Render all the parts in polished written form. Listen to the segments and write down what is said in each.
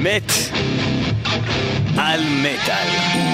מת על מטל.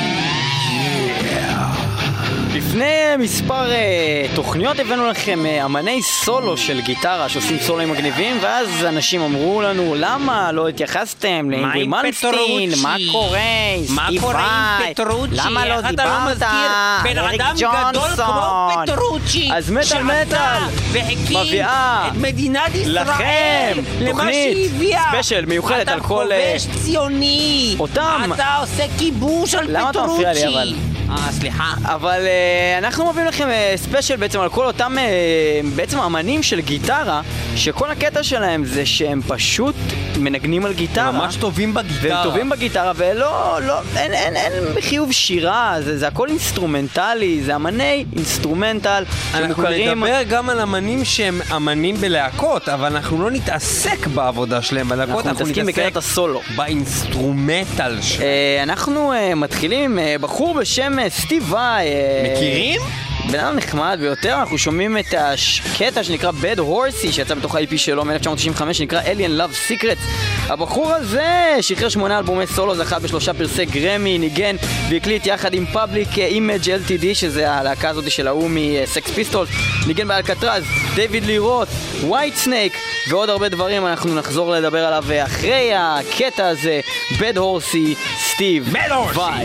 לפני מספר תוכניות הבאנו לכם אמני סולו של גיטרה שעושים סולוים מגניבים, ואז אנשים אמרו לנו, למה לא התייחסתם לאינגווי מלמסטין? מה קורה? מה קורה עם פטרוצ'י? למה לא דיברת? בן אדם גדול כמו פטרוצ'י, אז מטל והקים מביאה את מדינת ישראל לכם למה תוכנית שהביאה. ספיישל מיוחדת על כל... אתה חובש ציוני, אותם. אתה עושה כיבוש על פטרוצ'י. למה אתה מפריע לי אבל? סליחה. אבל אנחנו מביאים לכם ספיישל בעצם על כל אותם בעצם אמנים של גיטרה, שכל הקטע שלהם זה שהם פשוט מנגנים על גיטרה. הם ממש טובים בגיטרה. והם טובים בגיטרה, אין חיוב שירה, זה הכל אינסטרומנטלי, זה אמני אינסטרומנטל שמוכרים. אנחנו נדבר גם על אמנים שהם אמנים בלהקות, אבל אנחנו לא נתעסק בעבודה שלהם בלהקות, אנחנו מתעסקים בקטע הסולו, באינסטרומנטל שלהם. אנחנו מתחילים עם בחור בשם סטיב וואי. מכירים? בן אדם נחמד ביותר. אנחנו שומעים את הקטע שנקרא Bad Horsey שיצא בתוך ה-IP שלו מ-1995, שנקרא Alien Love Secrets. הבחור הזה שחרר 8 אלבומי סולו, זכה ב3 פרסי גרמי, ניגן והקליט יחד עם Public Image LTD, שזה הלהקה הזאת של ההוא מסקס פיסטולס, ניגן באלקטרז, דיוויד לי רוט, ווייט סנייק ועוד הרבה דברים. אנחנו נחזור לדבר עליו אחרי הקטע הזה. Bad Horsey, סטיב וואי.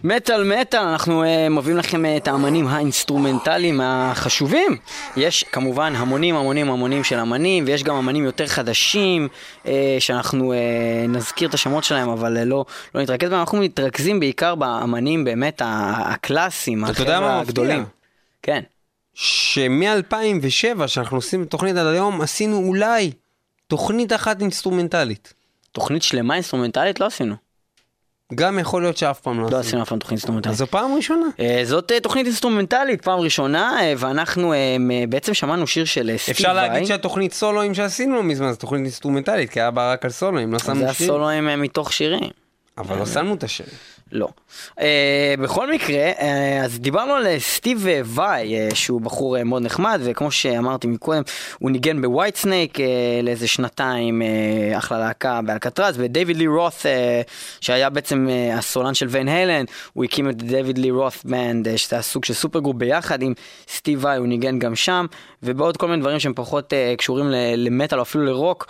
מטל, אנחנו מביאים לכם את האמנים האינסטרומנטליים החשובים. יש כמובן המונים של אמנים, ויש גם אמנים יותר חדשים, שאנחנו נזכיר את השמות שלהם, אבל לא נתרכז בהם. אנחנו מתרכזים בעיקר באמנים באמת הקלאסיים, החבר'ה הגדולים. כן. שמ-2007, שאנחנו עושים תוכנית עד היום, עשינו אולי תוכנית אחת אינסטרומנטלית. תוכנית שלמה אינסטרומנטלית לא עשינו. גם יכול להיות שאף פעם לא עשינו אף פעם תוכנית אינסטרומנטלית. אז זו פעם ראשונה? זאת תוכנית אינסטרומנטלית, פעם ראשונה, ואנחנו בעצם שמענו שיר של סטיב אפשר וואי. להגיד שהתוכנית סולואים שעשינו מזמן, זו תוכנית אינסטרומנטלית, כי היה בה רק על סולואים, לא שמנו זה שיר. הסולואים מתוך שירים. אבל לא שמנו את השיר. לא. בכל מקרה, אז דיברנו על סטיב וואי, שהוא בחור מאוד נחמד, וכמו שאמרתי מקודם, הוא ניגן בווייט סנייק לאיזה שנתיים, אחלה להקה באלקטרז, ודייוויד לי רות, שהיה בעצם הסולן של ויין הלן, הוא הקים את דייוויד לי רות בנד, שזה הסוג של סופר גרופ ביחד עם סטיב וואי, הוא ניגן גם שם, ובעוד כל מיני דברים שהם פחות קשורים למטל או אפילו לרוק,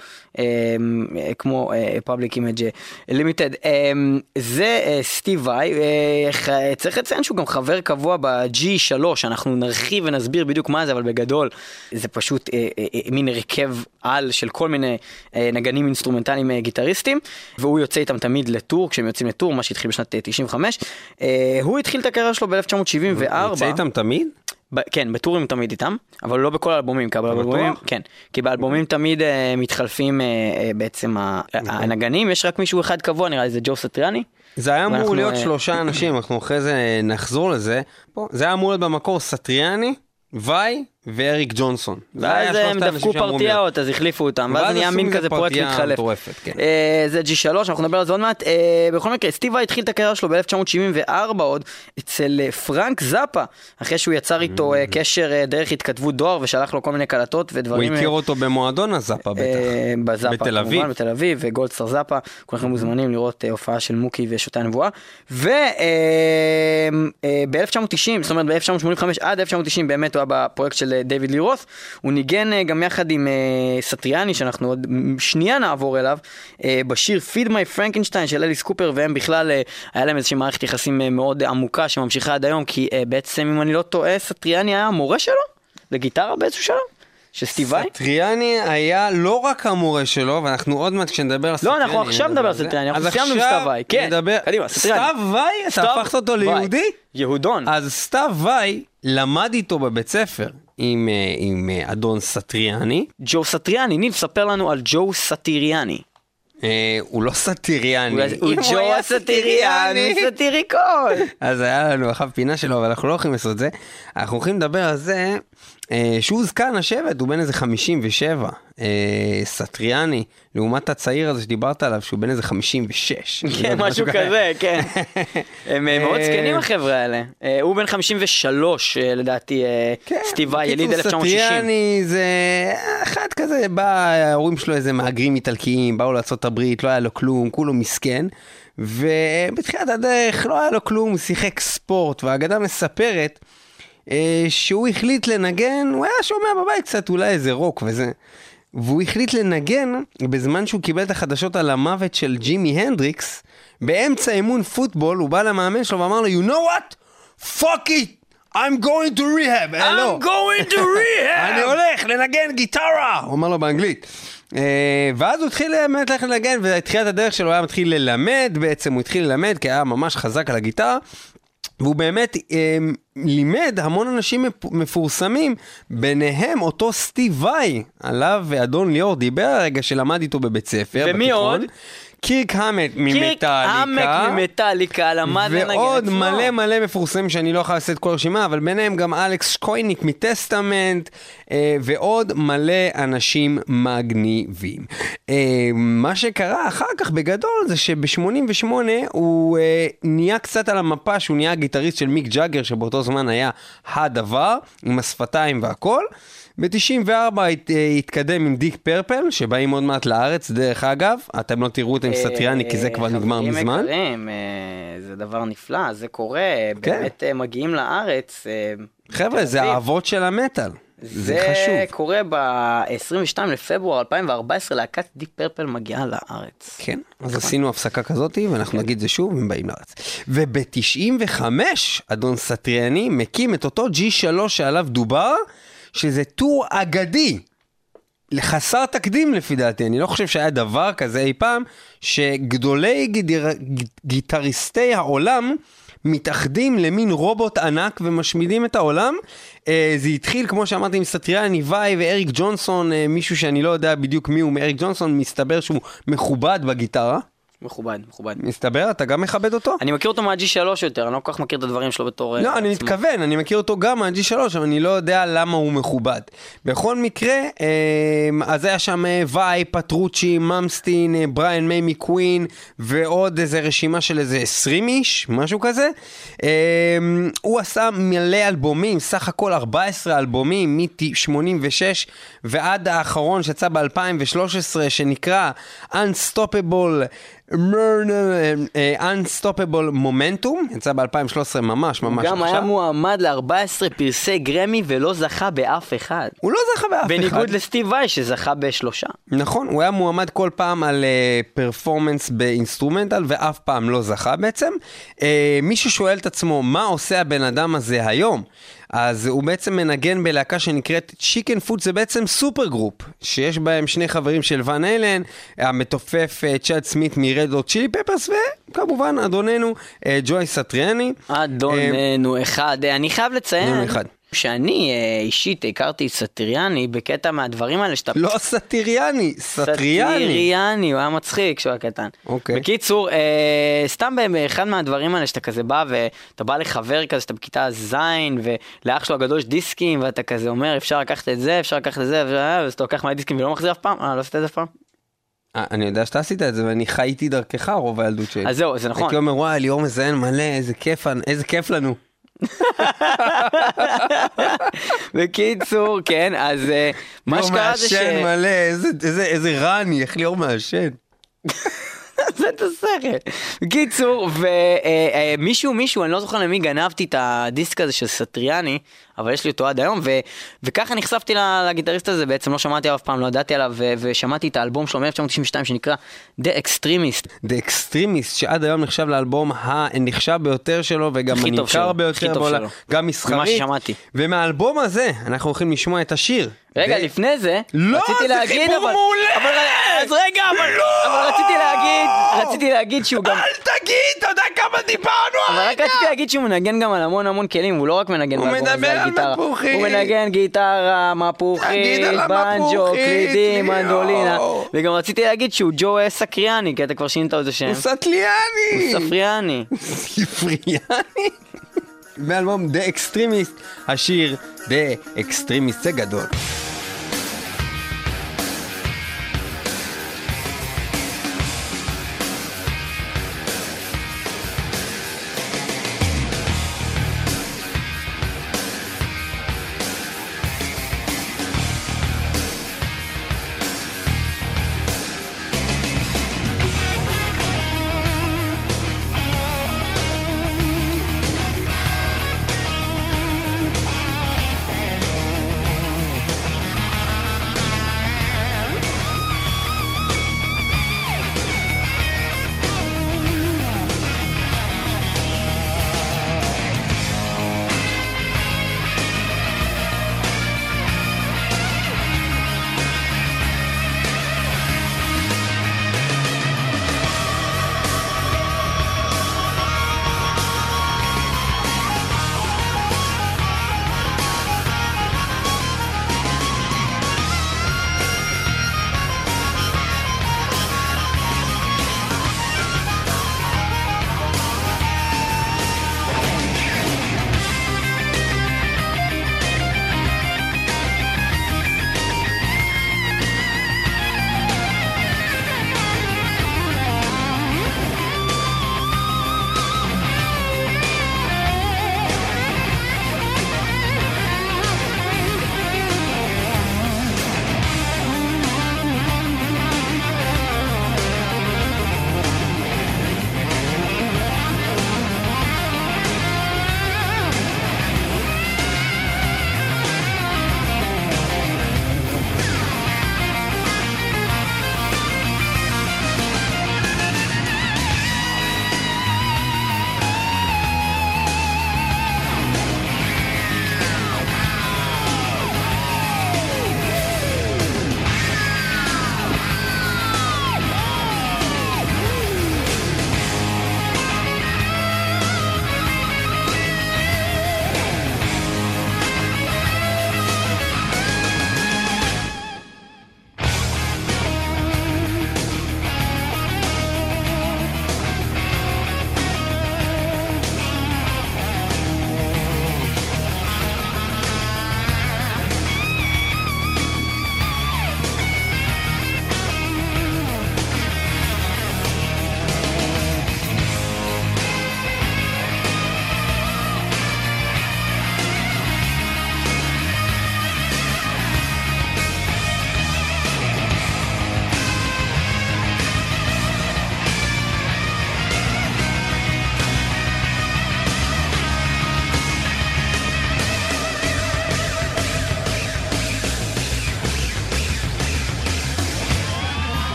כמו Public Image Limited. זה סטיב וואי, צריך לציין שהוא גם חבר קבוע ב-G3, אנחנו נרחיב ונסביר בדיוק מה זה, אבל בגדול זה פשוט מין הרכב על של כל מיני נגנים אינסטרומנטליים גיטריסטים, והוא יוצא איתם תמיד לטור, כשהם יוצאים לטור, מה שהתחיל בשנת 95. הוא התחיל את הקריירה שלו ב-1974. הוא יוצא איתם תמיד? כן, בטורים תמיד איתם, אבל לא בכל האלבומים, כי באלבומים תמיד מתחלפים בעצם הנגנים, יש רק מישהו אחד קבוע, נראה לי זה ג'ו סטריאני. זה היה אמור להיות 3 אנשים, אנחנו אחרי זה נחזור לזה. זה היה אמור להיות במקור סטריאני, וואי ואריק ג'ונסון. ואז הם דפקו פרטיעות, אז החליפו אותם, ואז נהיה מין כזה פרויקט מתחלף. זה G3, אנחנו נדבר על זה עוד מעט. בכל מקרה, סטיב וואי התחיל את הקריירה שלו ב-1974 עוד, אצל פרנק זאפה, אחרי שהוא יצר איתו קשר דרך התכתבות דואר, ושלח לו כל מיני קלטות ודברים. הוא הכיר אותו במועדון הזאפה בטח, בתל אביב. כמובן, בתל אביב, וגולדסטאר זאפה, כולכם מוזמנים לראות הופעה של מוקי ושוטי הנבואה. וב-1990, זאת אומרת ב-1985 עד 1990 באמת הוא היה בפרויקט של דיוויד לי רות, הוא ניגן גם יחד עם סטריאני, שאנחנו עוד שנייה נעבור אליו, בשיר Feed My Frankenstein של אליס קופר, והם בכלל, היה להם איזושהי מערכת יחסים מאוד עמוקה, שממשיכה עד היום, כי בעצם, אם אני לא טועה, סטריאני היה המורה שלו, לגיטרה באיזשהו שלב, שסטיב וואי. סטריאני היה לא רק המורה שלו, ואנחנו עוד מעט כשנדבר על סטריאני. לא, אנחנו עכשיו נדבר על סטריאני, אנחנו סיימנו עם סטיב וואי. כן, קדימה, סטריאני. סטיב וואי? אתה הפכת אותו ליהודי? יהודון. אז סטיב וואי למד איתו בבית ספר עם אדון סטריאני. ג'ו סטריאני, ניב, ספר לנו על ג'ו סטיריאני. הוא לא סטיריאני. הוא ג'ו הסטיריאני, סטיריקול. אז היה לנו אחת פינה שלו, אבל אנחנו לא יכולים לעשות את זה. אנחנו הולכים לדבר על זה שהוא זקן השבט, הוא בן איזה 57. סטריאני, לעומת הצעיר הזה שדיברת עליו, שהוא בן איזה 56. כן, משהו כזה, כן. הם מאוד זקנים החבר'ה האלה. הוא בן 53, לדעתי, סטיב וואי, יליד 1960. סטריאני זה אחד כזה, ההורים שלו איזה מהגרים איטלקיים, באו לארצות הברית, לא היה לו כלום, כולו מסכן. ובתחילת הדרך לא היה לו כלום, הוא שיחק ספורט, והאגדה מספרת שהוא החליט לנגן, הוא היה שומע בבית קצת אולי איזה רוק וזה, והוא החליט לנגן בזמן שהוא קיבל את החדשות על המוות של ג'ימי הנדריקס, באמצע אימון פוטבול, הוא בא למאמן שלו ואמר לו, you know what? Fuck it! I'm going to rehab! I'm going to rehab! אני הולך לנגן גיטרה! הוא אמר לו באנגלית. ואז הוא התחיל באמת ללכת לנגן, והתחילת הדרך שלו היה מתחיל ללמד, בעצם הוא התחיל ללמד, כי היה ממש חזק על הגיטרה, והוא באמת לימד המון אנשים מפורסמים, ביניהם אותו סטיב וואי, עליו ואדון ליאור דיבר הרגע שלמד איתו בבית ספר. ומי עוד? קירק המט ממטליקה, למד לנגן עצמו. ועוד מלא מפורסמים שאני לא יכול לעשות את כל רשימה, אבל ביניהם גם אלכס שקויניק מטסטמנט, ועוד מלא אנשים מגניבים. מה שקרה אחר כך בגדול זה שב-88 הוא נהיה קצת על המפה, שהוא נהיה גיטריסט של מיק ג'אגר, שבאותו זמן היה הדבר, עם השפתיים והכל. ב-94 התקדם עם דיק פרפל, שבאים עוד מעט לארץ, דרך אגב, אתם לא תראו אותם עם סטריאני, כי זה כבר נגמר מזמן. יקרים, זה דבר נפלא, זה קורה, באמת מגיעים לארץ. חבר'ה, זה האבות של המטל. זה חשוב. זה קורה ב-22 לפברואר 2014, להקת דיפ פרפל מגיעה לארץ. כן, אז עשינו הפסקה כזאת, ואנחנו נגיד זה שוב, הם באים לארץ. וב-95, אדון סטריאני מקים את אותו G3 שעליו דובר, שזה טור אגדי. לחסר תקדים לפי דעתי, אני לא חושב שהיה דבר כזה אי פעם, שגדולי גיטריסטי העולם מתאחדים למין רובוט ענק ומשמידים את העולם. זה התחיל, כמו שאמרתי, עם סטריאני, וואי ואריק ג'ונסון, מישהו שאני לא יודע בדיוק מי הוא מאריק ג'ונסון, מסתבר שהוא מכובד בגיטרה. מכובד. מסתבר, אתה גם מכבד אותו? אני מכיר אותו מה-G3 יותר, אני לא כל כך מכיר את הדברים שלו בתור... לא, אני מתכוון, אני מכיר אותו גם מה-G3, אבל אני לא יודע למה הוא מכובד. בכל מקרה, אז היה שם וואי, פטרוצ'י, ממסטין, בריין מיי מקווין, ועוד איזה רשימה של איזה 20 איש, משהו כזה. הוא עשה מלא אלבומים, סך הכל 14 אלבומים, מ-86 ועד האחרון שיצא ב-2013, שנקרא Unstoppable Unstoppable Momentum, יצא ב-2013 ממש הוא גם היה מועמד ל-14 פרסי גרמי ולא זכה באף אחד. הוא לא זכה באף אחד. בניגוד לסטיב וואי שזכה ב3. נכון, הוא היה מועמד כל פעם על פרפורמנס באינסטרומנטל ואף פעם לא זכה בעצם. מי ששואל את עצמו מה עושה הבן אדם הזה היום, אז הוא בעצם מנגן בלהקה שנקראת צ'יקן פוד, זה בעצם סופר גרופ, שיש בהם שני חברים של ון איילן, המתופף צ'אד סמית מרד הוט צ'ילי פפרס, וכמובן אדוננו ג'וי סטריאני. אדוננו אחד, אני חייב לציין שאני אישית הכרתי סטריאני בקטע מהדברים האלה שאתה... לא סטריאני, סטריאני. הוא היה מצחיק כשהוא היה קטן. אוקיי. בקיצור, סתם באחד מהדברים האלה שאתה כזה בא ואתה בא לחבר כזה שאתה בכיתה זין ולאח שלו הגדול יש דיסקים ואתה כזה אומר אפשר לקחת את זה, אפשר לקחת את זה, ואז אתה לוקח מלא דיסקים ולא מחזיר אף פעם, לא עשית את זה אף פעם? אני יודע שאתה עשית את זה ואני חייתי דרכך רוב הילדות שלי. אז זהו, זה נכון. הייתי אומר וואי, ליאור מזיין מלא, איזה כיף לנו. בקיצור, כן, אז מה שקרה זה ש... מעשן מלא, איזה רני, איך ליאור מעשן. זה את השכל. בקיצור, ומישהו, אני לא זוכר למי גנבתי את הדיסק הזה של סטריאני, אבל יש לי אותו עד היום, וככה נחשפתי לגיטריסט הזה, בעצם לא שמעתי אף פעם, לא ידעתי עליו, ושמעתי את האלבום שלו מ-1992 שנקרא The Extremist. The Extremist, שעד היום נחשב לאלבום הנחשב ביותר שלו, וגם הנמכר ביותר, גם מסחרית. ומהאלבום הזה אנחנו הולכים לשמוע את השיר. רגע, לפני זה, רציתי להגיד, אז רגע, אבל רציתי להגיד שהוא גם... אל תגיד, אתה יודע כמה דיברנו אבל רק רציתי להגיד שהוא מנגן גם על המון כלים, הוא לא רק מנגן באלבום הזה על גיטרה. הוא מנגן גיטרה, מפוחית, בנג'ו, קלידים, מנדולינה. וגם רציתי להגיד שהוא ג'ו סקריאני, כי אתה כבר שינית את השם. הוא סטליאני. הוא ספריאני. ספריאני. באלבום The Extremist, השיר The Extremist זה גדול.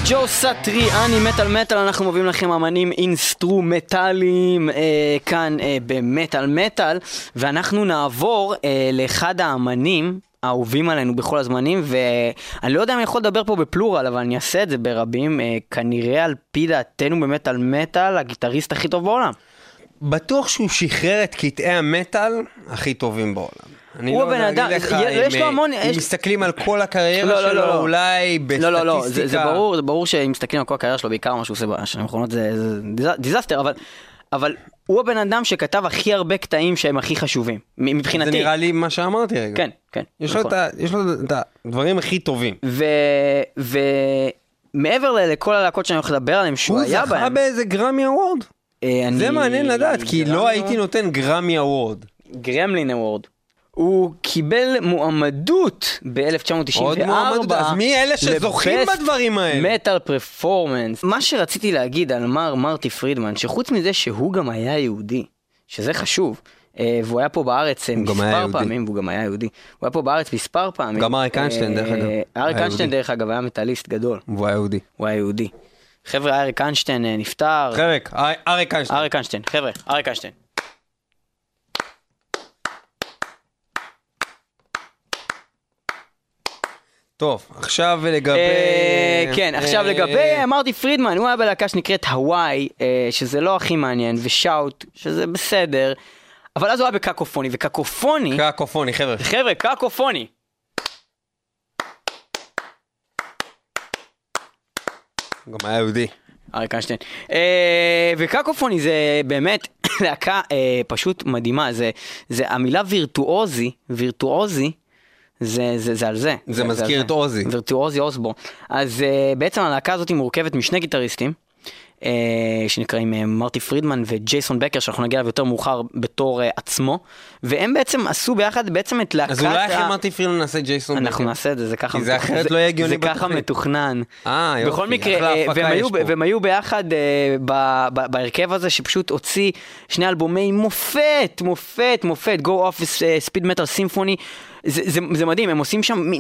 ג'ו סטריאני מטל מטל, אנחנו מביאים לכם אמנים אינסטרומטליים כאן במטל מטל, ואנחנו נעבור לאחד האמנים האהובים עלינו בכל הזמנים, ואני לא יודע אם אני יכול לדבר פה בפלורל, אבל אני אעשה את זה ברבים, כנראה על פי דעתנו במטל מטל, הגיטריסט הכי טוב בעולם. בטוח שהוא שחרר את קטעי המטל הכי טובים בעולם. אני הוא לא הבן אדם, יש לו המון... אם מסתכלים על כל הקריירה שלו, אולי בסטטיסטיקה... לא, זה ברור שאם מסתכלים על כל הקריירה שלו, בעיקר מה שהוא עושה בשנים האחרונות זה דיזסטר, אבל הוא הבן אדם שכתב הכי הרבה קטעים שהם הכי חשובים, מבחינתי. זה נראה לי מה שאמרתי רגע. כן, כן. יש לו את הדברים הכי טובים. ומעבר לכל הלהקות שאני הולך לדבר עליהם, שהוא היה בהם... הוא זכה באיזה גרמי אוורד? זה מעניין לדעת, כי לא הייתי נותן גרמי אוורד. גרמלין אוורד. הוא קיבל מועמדות ב-1994. עוד מועמדות, אז מי אלה שזוכים בדברים האלה? מטל פרפורמנס. מה שרציתי להגיד על מרטי פרידמן, שחוץ מזה שהוא גם היה יהודי, שזה חשוב, והוא היה פה בארץ מספר פעמים, והוא גם היה יהודי. הוא היה פה בארץ מספר פעמים. גם אריק איינשטיין דרך אגב. אריק איינשטיין דרך אגב היה מטליסט גדול. והוא היה יהודי. הוא היה יהודי. חבר'ה, אריק איינשטיין נפטר. אריק איינשטיין. אריק איינשטיין, חבר'ה, אריק איינשטיין. טוב, עכשיו לגבי... כן, עכשיו לגבי מרטי פרידמן, הוא היה בלהקה שנקראת הוואי, שזה לא הכי מעניין, ושאוט, שזה בסדר, אבל אז הוא היה בקקופוני, וקקופוני... קקופוני, חבר'ה. חבר'ה, קקופוני. גם היה יהודי. אריק איינשטיין. וקקופוני זה באמת להקה פשוט מדהימה, זה המילה וירטואוזי, זה על זה. זה מזכיר את אוזי. וירטואוזי אוסבורן. אז בעצם הלהקה הזאת מורכבת משני גיטריסטים, שנקראים מרטי פרידמן וג'ייסון בקר, שאנחנו נגיע יותר מאוחר בתור עצמו, והם בעצם עשו ביחד בעצם את להקת... אז אולי אחרי מרטי פרידמן נעשה ג'ייסון בקר. אנחנו נעשה את זה, זה ככה... כי זה אחרת לא יהיה הגיוני בתוכנית. זה ככה מתוכנן. יופי, בכל מקרה, והם היו ביחד בהרכב הזה, שפשוט הוציא שני אלבומי מופת, Go Off Speed Metal Symphony, זה מדהים, הם עושים שם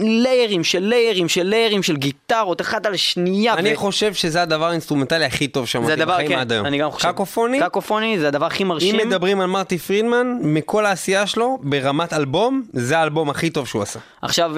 ליירים של גיטרות, אחת על השנייה. אני חושב שזה הדבר האינסטרומנטלי הכי טוב שם. זה הדבר, כן, אני גם חושב. קקופוני זה הדבר הכי מרשים. אם מדברים על מרטי פרידמן, מכל העשייה שלו, ברמת אלבום, זה האלבום הכי טוב שהוא עשה. עכשיו...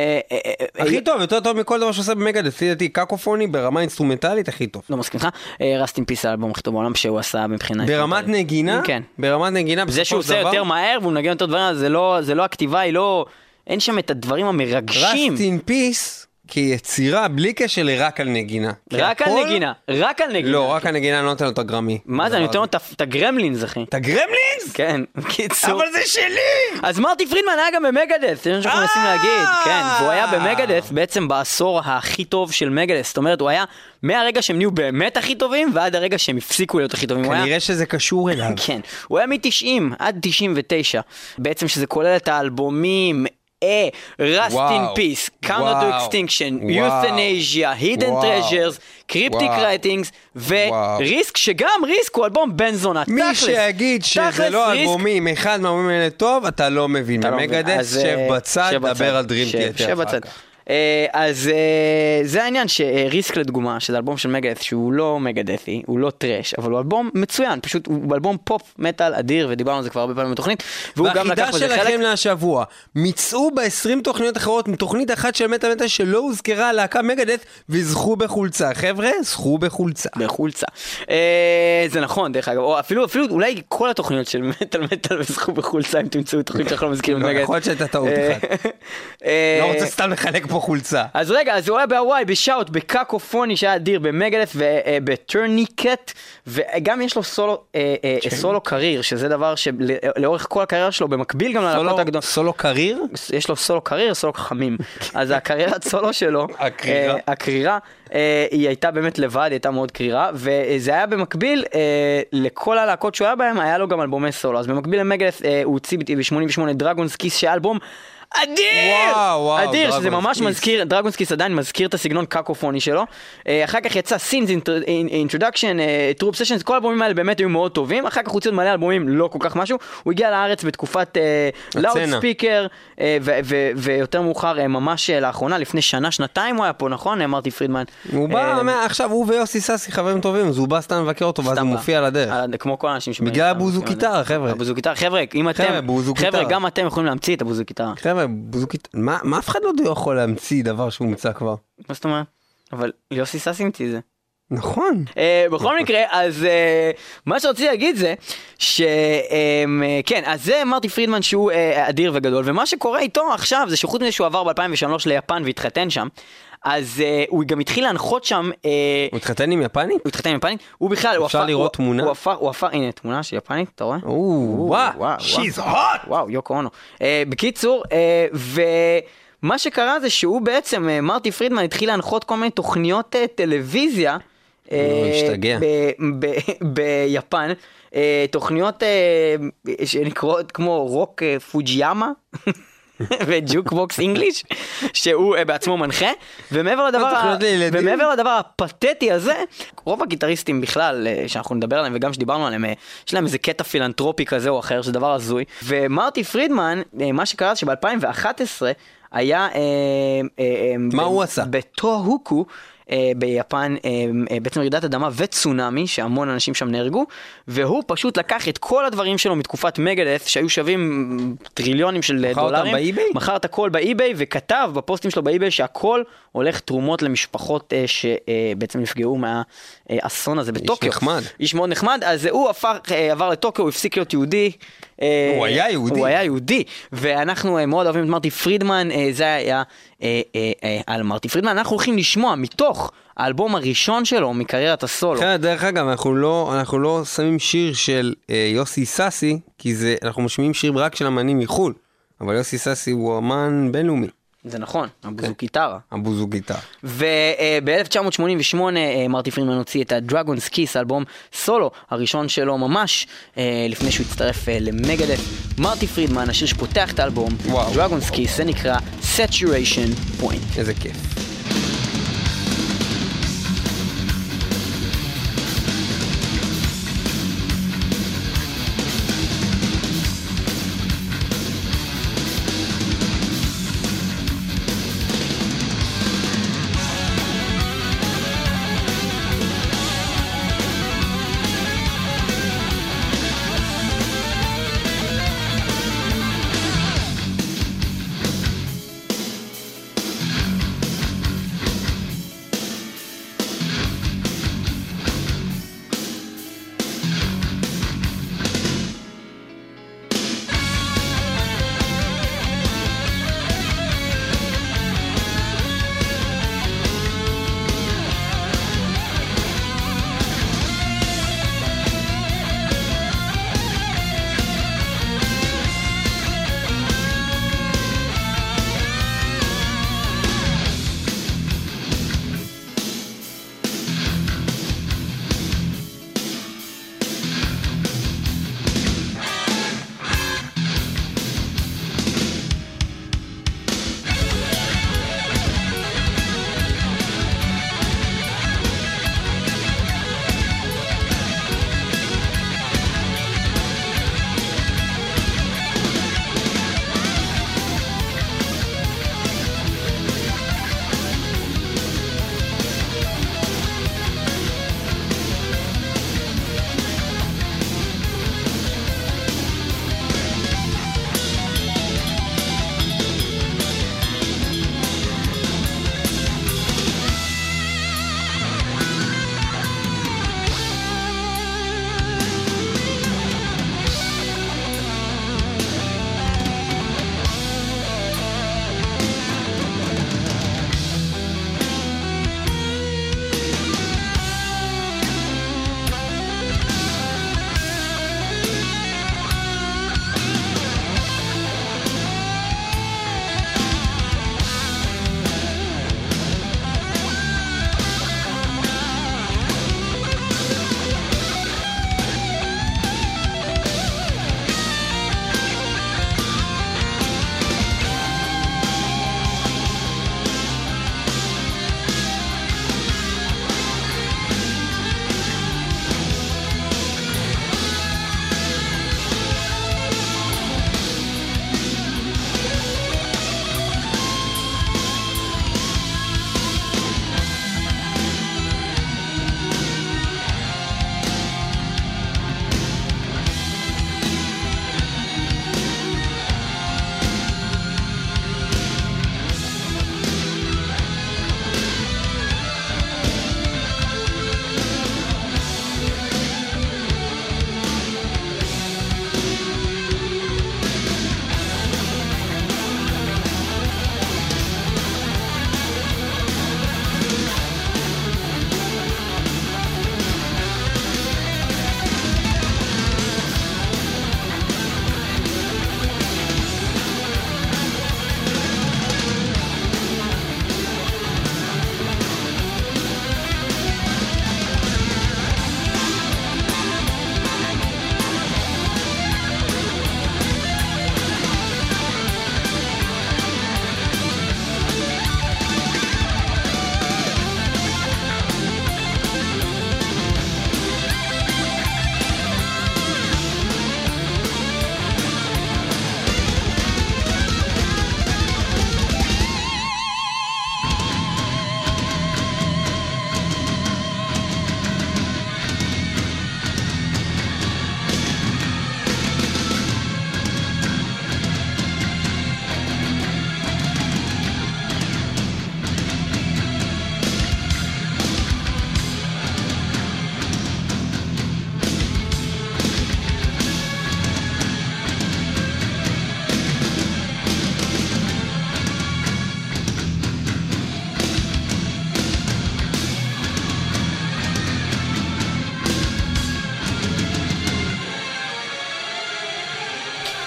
הכי טוב, יותר טוב מכל דבר שהוא עושה במגדס. לדעתי, קקופוני ברמה אינסטרומנטלית הכי טוב. לא מסכים לך. רסט אין פיס האלבום הכי טוב בעולם שהוא עשה מבחינה... ברמת נגינה? כן. ברמת נגינה, זה שהוא עושה יותר מהר והוא מנגן יותר דברים, זה לא הכתיבה, היא לא... אין שם את הדברים המרגשים. Rest in Peace כיצירה בלי קשר לרק על נגינה. רק על נגינה. לא, רק על נגינה אני לא נותן לו את הגרמי. מה זה? אני נותן לו את הגרמלינס, אחי. את הגרמלינס? כן, בקיצור. אבל זה שלי! אז מרטי פרידמן היה גם במגדס, זה מה שאנחנו מנסים להגיד. כן, והוא היה במגדס בעצם בעשור הכי טוב של מגדס. זאת אומרת, הוא היה מהרגע שהם נהיו באמת הכי טובים, ועד הרגע שהם הפסיקו להיות הכי טובים. כנראה שזה קשור אליו. כן, הוא היה מ-90 עד 99. בעצם שזה כולל את האלבומים Rust in Peace, Counter to Extinction, Euthanasia, Hidden Treasures, Cryptic Writings וריסק, שגם ריסק הוא אלבום בן זונה. מי שיגיד שזה לא אלבומים, אחד מהאלבומים האלה טוב, אתה לא מבין. במגדס שב בצד, דבר על דרים תיאטר. שב בצד. אז זה העניין שריסק לדוגמה, שזה אלבום של מגדס, שהוא לא מגדסי, הוא לא טרש, אבל הוא אלבום מצוין, פשוט הוא אלבום פופ מטל אדיר, ודיברנו על זה כבר הרבה פעמים בתוכנית, והחידה שלכם להשבוע, מצאו ב-20 תוכניות אחרות, מתוכנית אחת של מטל מטל שלא הוזכרה להקה מגדס, וזכו בחולצה. חבר'ה, זכו בחולצה. בחולצה. זה נכון, דרך אגב, או אפילו אולי כל התוכניות של מטל מטל וזכו בחולצה, אם תמצאו תוכנית שאנחנו לא מזכירים מגדס. יכול להיות שהייתה טעות אחת. לא רוצה סתם לחלק פה חולצה. אז רגע, אז הוא היה בהוואי, בשאוט, בקקופוני שהיה אדיר, במגדס ובטורניקט, וגם יש לו סולו קריר, שזה דבר שלאורך כל הקריירה שלו, במקביל גם ללהקות הגדולות. סולו קריר? יש לו סולו קריר, סולו חמים. אז הקריירת סולו שלו, הקרירה, היא הייתה באמת לבד, היא הייתה מאוד קרירה, וזה היה במקביל לכל הלהקות שהוא היה בהם, היה לו גם אלבומי סולו. אז במקביל למגדס הוא הוציא ב-88 דרגונס קיס, שהיה אלבום וואו, אדיר, שזה דרגונס ממש קיס. מזכיר, דרגונס קיס עדיין מזכיר את הסגנון קקופוני שלו. אחר כך יצא Sins Introduction, True Obsessions, כל האלבומים האלה באמת היו מאוד טובים. אחר כך הוא הוציא עוד מלא אלבומים, לא כל כך משהו. הוא הגיע לארץ בתקופת לאודספיקר, ויותר מאוחר, ממש לאחרונה, לפני שנה, שנתיים הוא היה פה, נכון? מרטי פרידמן. הוא בא, עכשיו הוא ויוסי ססי חברים טובים, אז הוא בא סתם לבקר אותו, ואז הוא מופיע על הדרך. כמו כל האנשים שבאים. בגלל הבוזוקיטר, חבר'ה. הבוזוקיטר, חבר'ה, אם אתם, חבר'ה, גם אתם יכולים להמציא את הבוזוקיטר. חבר'ה, בוזוקיטר, מה אף אחד לא יכול להמציא דבר שהוא מצא כבר? מה זאת אומרת? אבל יוסי ססי המציא זה. נכון. בכל מקרה, אז מה שרציתי להגיד זה, כן, אז זה מרטי פרידמן שהוא אדיר וגדול, ומה שקורה איתו עכשיו זה שחוץ מזה שהוא עבר ב-2003 ליפן והתחתן שם, אז הוא גם התחיל להנחות שם... הוא התחתן עם יפנית? הוא התחתן עם יפנית, הוא בכלל... אפשר לראות תמונה? הוא הפך, הנה, תמונה של יפנית, אתה רואה? וואו, she's hot! וואו, יוקו אונו. בקיצור, ומה שקרה זה שהוא בעצם, מרטי פרידמן התחיל להנחות כל מיני תוכניות טלוויזיה, השתגע. ביפן, תוכניות שנקראות כמו רוק פוג'יאמה וג'וקבוקס אינגליש, שהוא בעצמו מנחה, ומעבר לדבר הפתטי הזה, רוב הגיטריסטים בכלל שאנחנו נדבר עליהם וגם שדיברנו עליהם, יש להם איזה קטע פילנטרופי כזה או אחר, שזה דבר הזוי. ומרטי פרידמן, מה שקרה זה שב-2011 היה מה הוא עשה? בטוהוקו ביפן, בעצם רעידת אדמה וצונאמי, שהמון אנשים שם נהרגו, והוא פשוט לקח את כל הדברים שלו מתקופת מגדף, שהיו שווים טריליונים של דולרים, מכר את הכל באי-ביי, וכתב בפוסטים שלו באי-ביי שהכל הולך תרומות למשפחות שבעצם נפגעו מהאסון הזה בטוקיו. איש נחמד. איש מאוד נחמד, אז הוא עבר לטוקיו, הוא הפסיק להיות יהודי. הוא היה יהודי. הוא היה יהודי, ואנחנו מאוד אוהבים את מרטי פרידמן, זה היה על מרטי פרידמן. אנחנו הולכים לשמוע מתוך האלבום הראשון שלו, מקריירת הסולו. דרך אגב, אנחנו לא שמים שיר של יוסי ססי, כי אנחנו משמיעים שיר רק של אמנים מחול, אבל יוסי ססי הוא אמן בינלאומי. זה נכון, הבוזוקיטרה. הבוזוקיטרה. וב-1988 מרטי פרידמן הוציא את הדרגונס קיס, האלבום סולו הראשון שלו ממש, לפני שהוא הצטרף למגדף. מרטי פרידמן, השיר שפותח את האלבום, דרגונס קיס, זה נקרא Saturation Point. איזה כיף.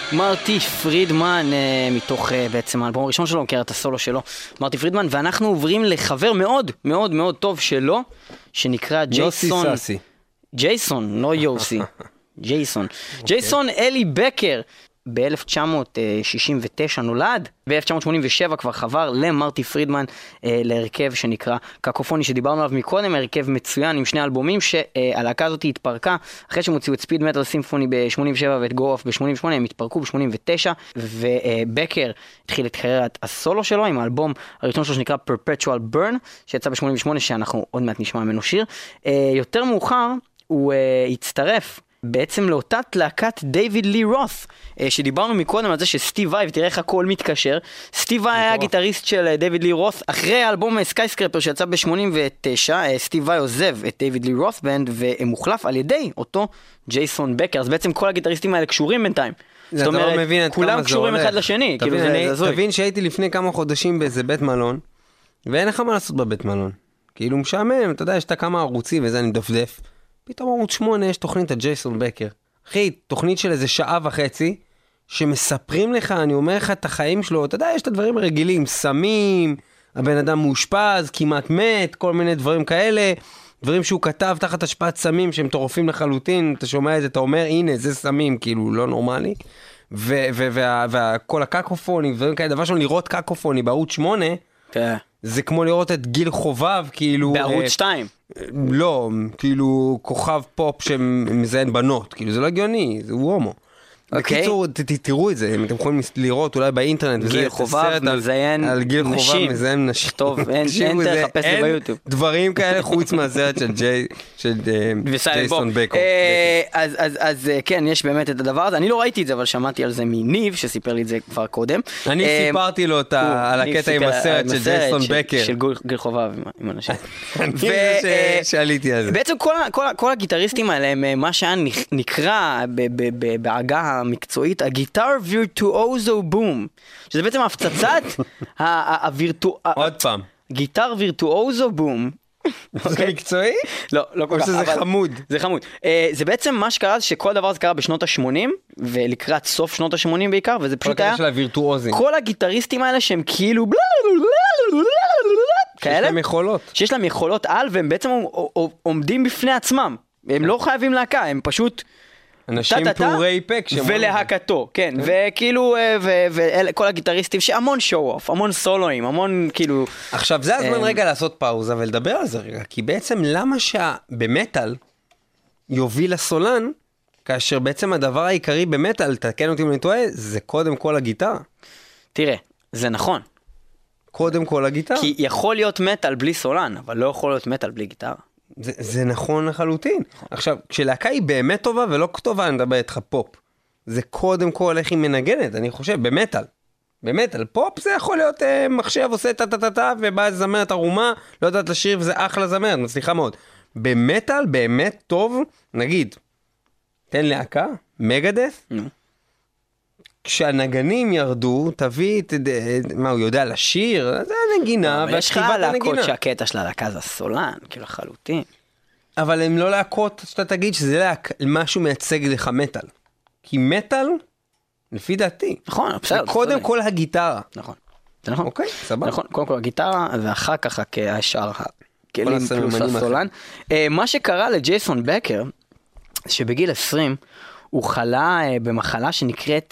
מרטי פרידמן, מתוך בעצם האלבום הראשון שלו, מכיר את הסולו שלו, מרטי פרידמן, ואנחנו עוברים לחבר מאוד מאוד מאוד טוב שלו, שנקרא ג'ייסון. יוסי סאסי. ג'ייסון, לא יוסי. ג'ייסון. ג'ייסון אלי בקר. ב-1969 נולד, ב-1987 כבר חבר למרטי פרידמן להרכב שנקרא קקופוני, שדיברנו עליו מקודם, הרכב מצוין עם שני אלבומים שהלהקה הזאת התפרקה אחרי שהם הוציאו את ספיד מטל סימפוני ב-87 ואת גו אוף ב-88, הם התפרקו ב-89, ובקר התחיל את קריירת הסולו שלו עם האלבום הראשון שלו שנקרא Perpetual Burn, שיצא ב-88, שאנחנו עוד מעט נשמע ממנו שיר. יותר מאוחר הוא הצטרף בעצם לאותה להקת דיוויד לי רות, שדיברנו מקודם על זה שסטיב וייב, תראה איך הכל מתקשר. סטיב וייב היה גיטריסט של דיוויד לי רות, אחרי האלבום סקייסקרפר שיצא ב-89, סטיב וייב עוזב את דיוויד לי רות בנד ומוחלף על ידי אותו ג'ייסון בקר, אז בעצם כל הגיטריסטים האלה קשורים בינתיים. זאת אומרת, כולם קשורים אחד לשני. תבין שהייתי לפני כמה חודשים באיזה בית מלון, ואין לך מה לעשות בבית מלון. כאילו משעמם, אתה יודע, יש את כמה ערוצים וזה אני דפדף. פתאום ערוץ 8 יש תוכנית הג'ייסון בקר. אחי, תוכנית של איזה שעה וחצי, שמספרים לך, אני אומר לך את החיים שלו, אתה יודע, יש את הדברים הרגילים, סמים, הבן אדם מאושפז, כמעט מת, כל מיני דברים כאלה, דברים שהוא כתב תחת השפעת סמים, שהם טורפים לחלוטין, אתה שומע את זה, אתה אומר, הנה, זה סמים, כאילו, לא נורמלי, וכל הקקופוני, דברים כאלה, דבר שלנו לראות קקופוני בערוץ 8, זה כמו לראות את גיל חובב, כאילו... בערוץ 2. לא, כאילו כוכב פופ שמזיין בנות, כאילו זה לא הגיוני, זה הומו. בקיצור, תראו את זה, אם אתם יכולים לראות אולי באינטרנט, גיל חובב מזיין על גיל חובב מזיין נשים. טוב, אין תחפש זה ביוטיוב. דברים כאלה חוץ מהסרט של ג'ייסון בקר. אז כן, יש באמת את הדבר הזה, אני לא ראיתי את זה, אבל שמעתי על זה מניב, שסיפר לי את זה כבר קודם. אני סיפרתי לו על הקטע עם הסרט של ג'ייסון בקר. של גיל חובב עם אנשים. אני שעליתי על זה. בעצם כל הגיטריסטים האלה הם מה שהיה נקרא בעגה המקצועית, הגיטר וירטואוזו בום, שזה בעצם הפצצת עוד פעם. גיטר וירטואוזו בום. זה מקצועי? לא כל כך. או שזה חמוד? זה חמוד. זה בעצם מה שקרה, שכל דבר זה קרה בשנות ה-80, ולקראת סוף שנות ה-80 בעיקר, וזה פשוט היה... כל הקטע של הווירטואוזים. כל הגיטריסטים האלה שהם כאילו... שיש להם יכולות. שיש להם יכולות על, והם בעצם עומדים בפני עצמם. הם לא חייבים להקה, הם פשוט... אנשים פעורי פק ולהקתו, כן, וכאילו, וכל הגיטריסטים שהמון שואו-אוף, המון סולואים, המון כאילו... עכשיו זה הזמן רגע לעשות פאוזה ולדבר על זה רגע, כי בעצם למה שבמטל יוביל לסולן, כאשר בעצם הדבר העיקרי במטל, תקן אותי אם אני טועה, זה קודם כל הגיטרה. תראה, זה נכון. קודם כל הגיטרה. כי יכול להיות מטל בלי סולן, אבל לא יכול להיות מטל בלי גיטרה. זה נכון לחלוטין. עכשיו, כשלהקה היא באמת טובה ולא טובה, אני מדבר איתך פופ. זה קודם כל איך היא מנגנת, אני חושב, במטל. במטל. פופ זה יכול להיות מחשב עושה טה-טה-טה, ובא זמרת ערומה, לא יודעת לשיר, וזה אחלה זמרת, מצליחה מאוד. במטל באמת טוב, נגיד, תן להקה, מגדף, כשהנגנים ירדו, תביא, מה, הוא יודע לשיר? זה הנגינה, והשכיבת הנגינה. יש לך להקות שהקטע של הלהקה זה הסולן, כאילו לחלוטין. אבל הם לא להקות שאתה תגיד שזה משהו מייצג לך מטל. כי מטל, לפי דעתי, נכון, בסדר. קודם כל הגיטרה. נכון. זה נכון. אוקיי, סבבה. נכון, קודם כל הגיטרה, ואחר כך השאר הכלים פלוס הסולן. מה שקרה לג'ייסון בקר, שבגיל 20, הוא חלה במחלה שנקראת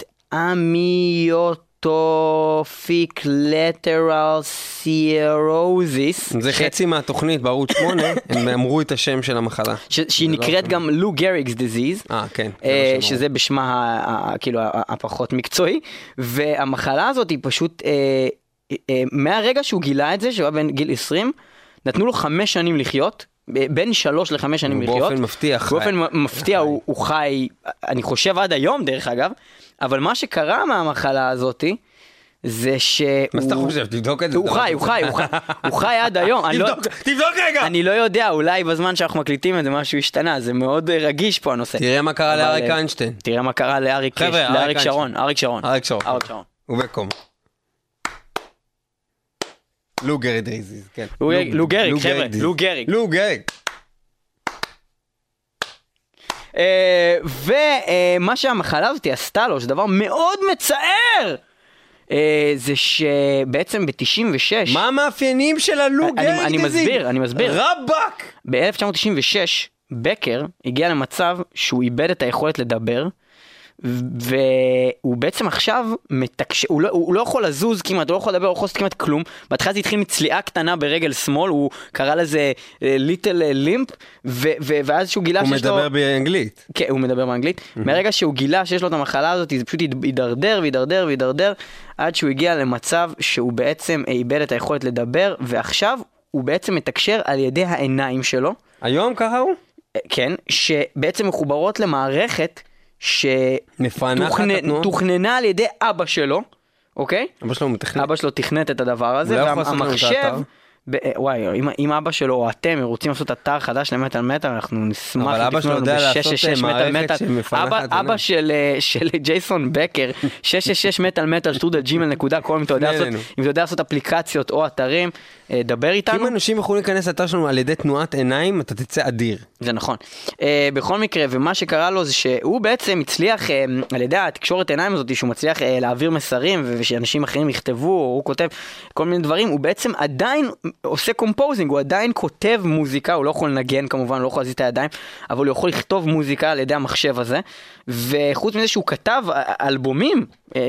אמיוטופיק לטרל סירוזיס. זה חצי מהתוכנית בערוץ 8, הם אמרו את השם של המחלה. שהיא נקראת גם לו גריקס דיזיז. כן. שזה בשמה כאילו הפחות מקצועי. והמחלה הזאת היא פשוט, מהרגע שהוא גילה את זה, שהוא היה בין גיל 20, נתנו לו 5 שנים לחיות. בין 3 ל5 שנים לחיות. באופן מפתיע. באופן מפתיע הוא חי, אני חושב עד היום דרך אגב, אבל מה שקרה מהמחלה הזאת, זה שהוא... מה שאתה חושב? תבדוק את זה. הוא חי עד היום. תבדוק רגע! אני לא יודע, אולי בזמן שאנחנו מקליטים את זה משהו השתנה, זה מאוד רגיש פה הנושא. תראה מה קרה לאריק איינשטיין. תראה מה קרה לאריק שרון. אריק שרון. הוא בקום. לו גריק דריזיז, כן. לו גריק, חבר'ה, לו גריק. ומה שהמחלה הזאת עשתה לו, זה דבר מאוד מצער, זה שבעצם ב-96... מה המאפיינים של הלו גהריג דיזיז? אני מסביר. רבק! ב-1996, בקר הגיע למצב שהוא איבד את היכולת לדבר, והוא בעצם עכשיו הוא לא יכול לזוז כמעט, הוא לא יכול לדבר, הוא לא יכול לעשות כמעט כלום. בהתחלה זה התחיל מצליעה קטנה ברגל שמאל, הוא קרא לזה ליטל לימפ, ואז שהוא גילה שיש לו... הוא מדבר באנגלית. כן, הוא מדבר באנגלית. מהרגע שהוא גילה שיש לו את המחלה הזאת, זה פשוט הידרדר, עד שהוא הגיע למצב שהוא בעצם איבד את היכולת לדבר, ועכשיו הוא בעצם מתקשר על ידי העיניים שלו. היום ככה הוא? כן, שבעצם מחוברות למערכת שתוכננה על ידי אבא שלו, אוקיי? אבא שלו מתכנת. אבא שלו תכנת את הדבר הזה, והמחשב... וואי, אם אבא שלו או אתם רוצים לעשות אתר חדש למטל מטל, אנחנו נשמח. אבל אבא שלו יודע לעשות מערכת שמפענחת. אבא של ג'ייסון בקר, 666metalmetal@gmail.com, אם אתה יודע לעשות אפליקציות או אתרים, דבר איתנו. אם אנשים יכולים להיכנס לאתר שלנו על ידי תנועת עיניים, אתה תצא אדיר. זה נכון. בכל מקרה, ומה שקרה לו זה שהוא בעצם הצליח, על ידי התקשורת עיניים הזאת, שהוא מצליח להעביר מסרים, ושאנשים אחרים יכתבו, או הוא כותב כל מיני דברים, הוא בעצם עדיין עושה קומפוזינג, הוא עדיין כותב מוזיקה, הוא לא יכול לנגן כמובן, לא יכול להזיז את הידיים, אבל הוא יכול לכתוב מוזיקה על ידי המחשב הזה, וחוץ מזה שהוא כתב אלבומים,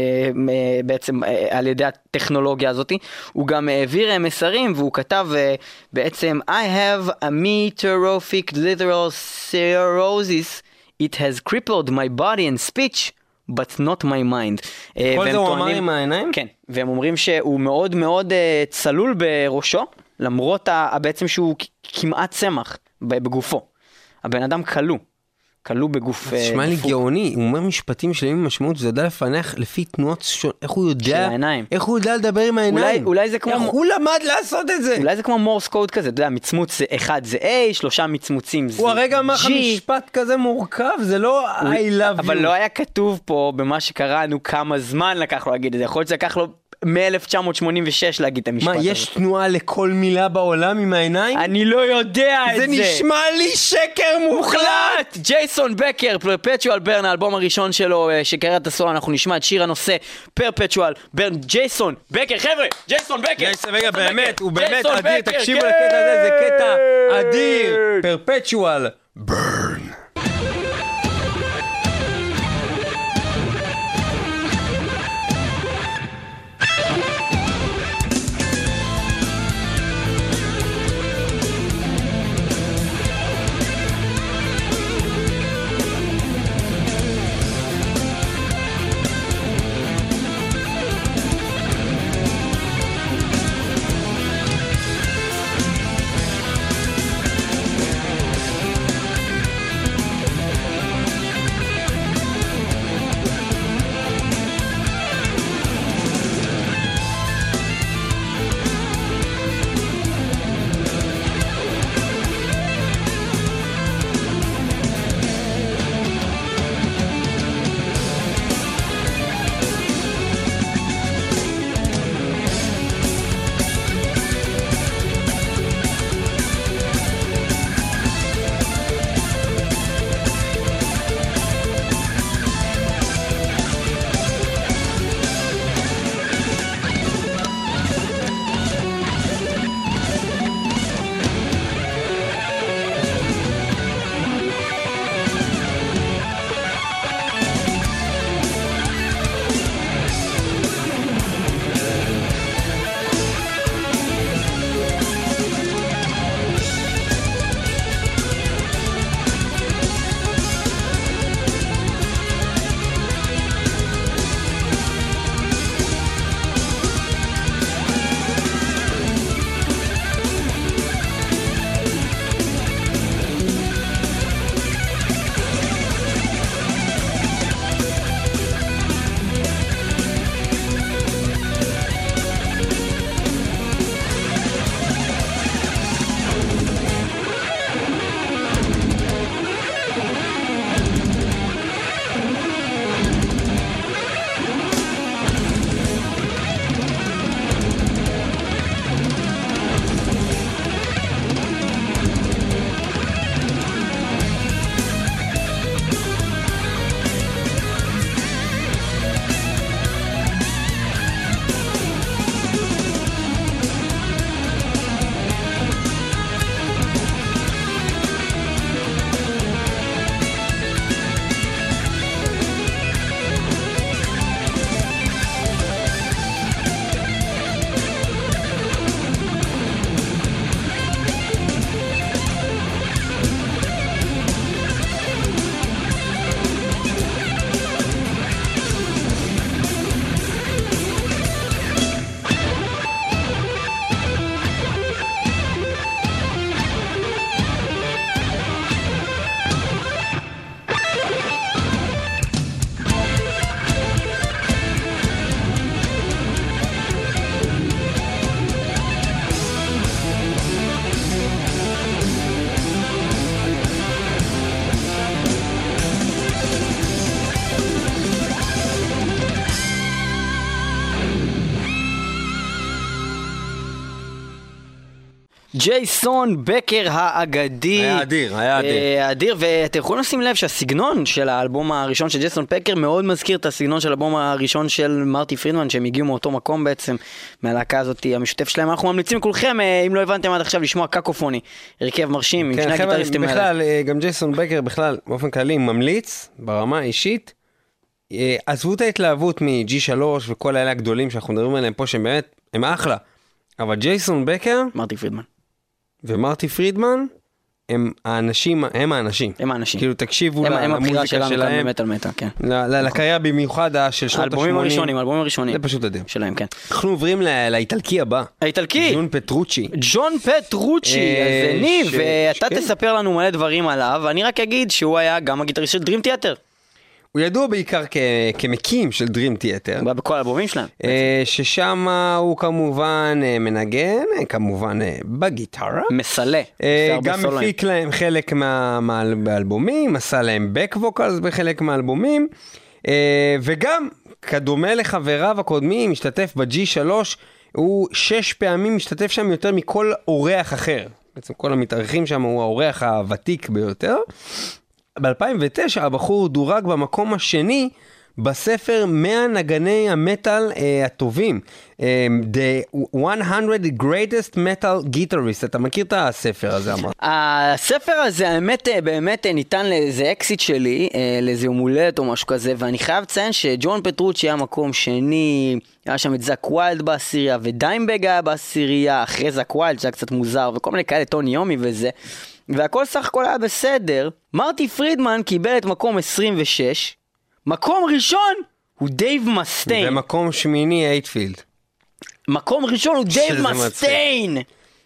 בעצם על ידי הטכנולוגיה הזאת, הוא גם העביר מסרים, והוא כתב בעצם I have a meteorophic literal cirrhosis, it has crippled my body and speech, but not my mind. כל זה הוא אמר עם העיניים? כן, והם אומרים שהוא מאוד מאוד צלול בראשו, למרות בעצם שהוא כמעט צמח בגופו. הבן אדם כלוא בגוף... זה שמע לי גאוני, הוא אומר משפטים שלמים משמעות, זה יודע לפענח לפי תנועות איך הוא יודע, איך הוא יודע לדבר עם העיניים, אולי זה כמו... איך הוא למד לעשות את זה? אולי זה כמו מורס קוד כזה, אתה יודע, מצמוץ אחד זה A, 3 מצמוצים זה G. הוא הרגע אמר לך משפט כזה מורכב, זה לא I love you. אבל לא היה כתוב פה במה שקראנו כמה זמן לקח לו להגיד את זה, יכול להיות שלקח לו מ-1986 להגיד את המשפט הזה. מה, יש תנועה לכל מילה בעולם עם העיניים? אני לא יודע את זה. זה נשמע לי שקר מוחלט! ג'ייסון בקר, פרפצ'ואל ברן, האלבום הראשון שלו שקראת הסולו, אנחנו נשמע את שיר הנושא פרפצ'ואל ברן, ג'ייסון בקר, חבר'ה, ג'ייסון בקר. רגע, באמת, הוא באמת אדיר, תקשיבו לקטע הזה, זה קטע אדיר, פרפצ'ואל ברן. ג'ייסון בקר האגדי. היה אדיר. אדיר, ואתם יכולים לשים לב שהסגנון של האלבום הראשון של ג'ייסון בקר מאוד מזכיר את הסגנון של האלבום הראשון של מרטי פרידמן, שהם הגיעו מאותו מקום בעצם, מהלהקה הזאת המשותף שלהם. אנחנו ממליצים לכולכם, אם לא הבנתם עד עכשיו, לשמוע קקופוני, הרכב מרשים עם שני הגיטריסטים האלה. בכלל, גם ג'ייסון בקר בכלל, באופן כללי, ממליץ, ברמה האישית, עזבו את ההתלהבות מ-G3 וכל האלה הגדולים שאנחנו מדברים עליהם פה, שהם באמת, הם אחלה. אבל ג'ייסון בקר ומרטי פרידמן הם האנשים. כאילו תקשיבו למוזיקה שלהם. לקריירה במיוחד של שנות ה-80. אלבומים הראשונים. זה פשוט אדיר. שלהם, כן. אנחנו עוברים לאיטלקי הבא. האיטלקי. ג'ון פטרוצ'י. אז ניב, ואתה תספר לנו מלא דברים עליו, ואני רק אגיד שהוא היה גם הגיטריסט של דרים תיאטר. הוא ידוע בעיקר כמקים של דרים תיאטר. בכל האלבומים שלהם. ששם הוא כמובן מנגן, כמובן בגיטרה. מסלה. גם מפיק להם חלק מהאלבומים, עשה להם back vocals בחלק מהאלבומים, וגם, כדומה לחבריו הקודמים, משתתף ב-G3, הוא 6 פעמים משתתף שם יותר מכל אורח אחר. בעצם כל המתארחים שם הוא האורח הוותיק ביותר. ב-2009 הבחור דורג במקום השני בספר 100 נגני המטל הטובים. The 100 Greatest Metal Guitarists. אתה מכיר את הספר הזה? הספר הזה, האמת, באמת ניתן לאיזה אקסיט שלי, לאיזה יום הולדת או משהו כזה, ואני חייב לציין שג'ון פטרוצ'י היה מקום שני, היה שם את זק ויילד בעשירייה, ודיימבג היה בעשירייה, אחרי זק ויילד שהיה קצת מוזר, וכל מיני כאלה, טוני יומי וזה. והכל סך הכל היה בסדר. מרטי פרידמן קיבל את מקום 26, מקום ראשון הוא דייב מסטיין. ומקום שמיני אייטפילד. מקום ראשון הוא דייב מסטיין.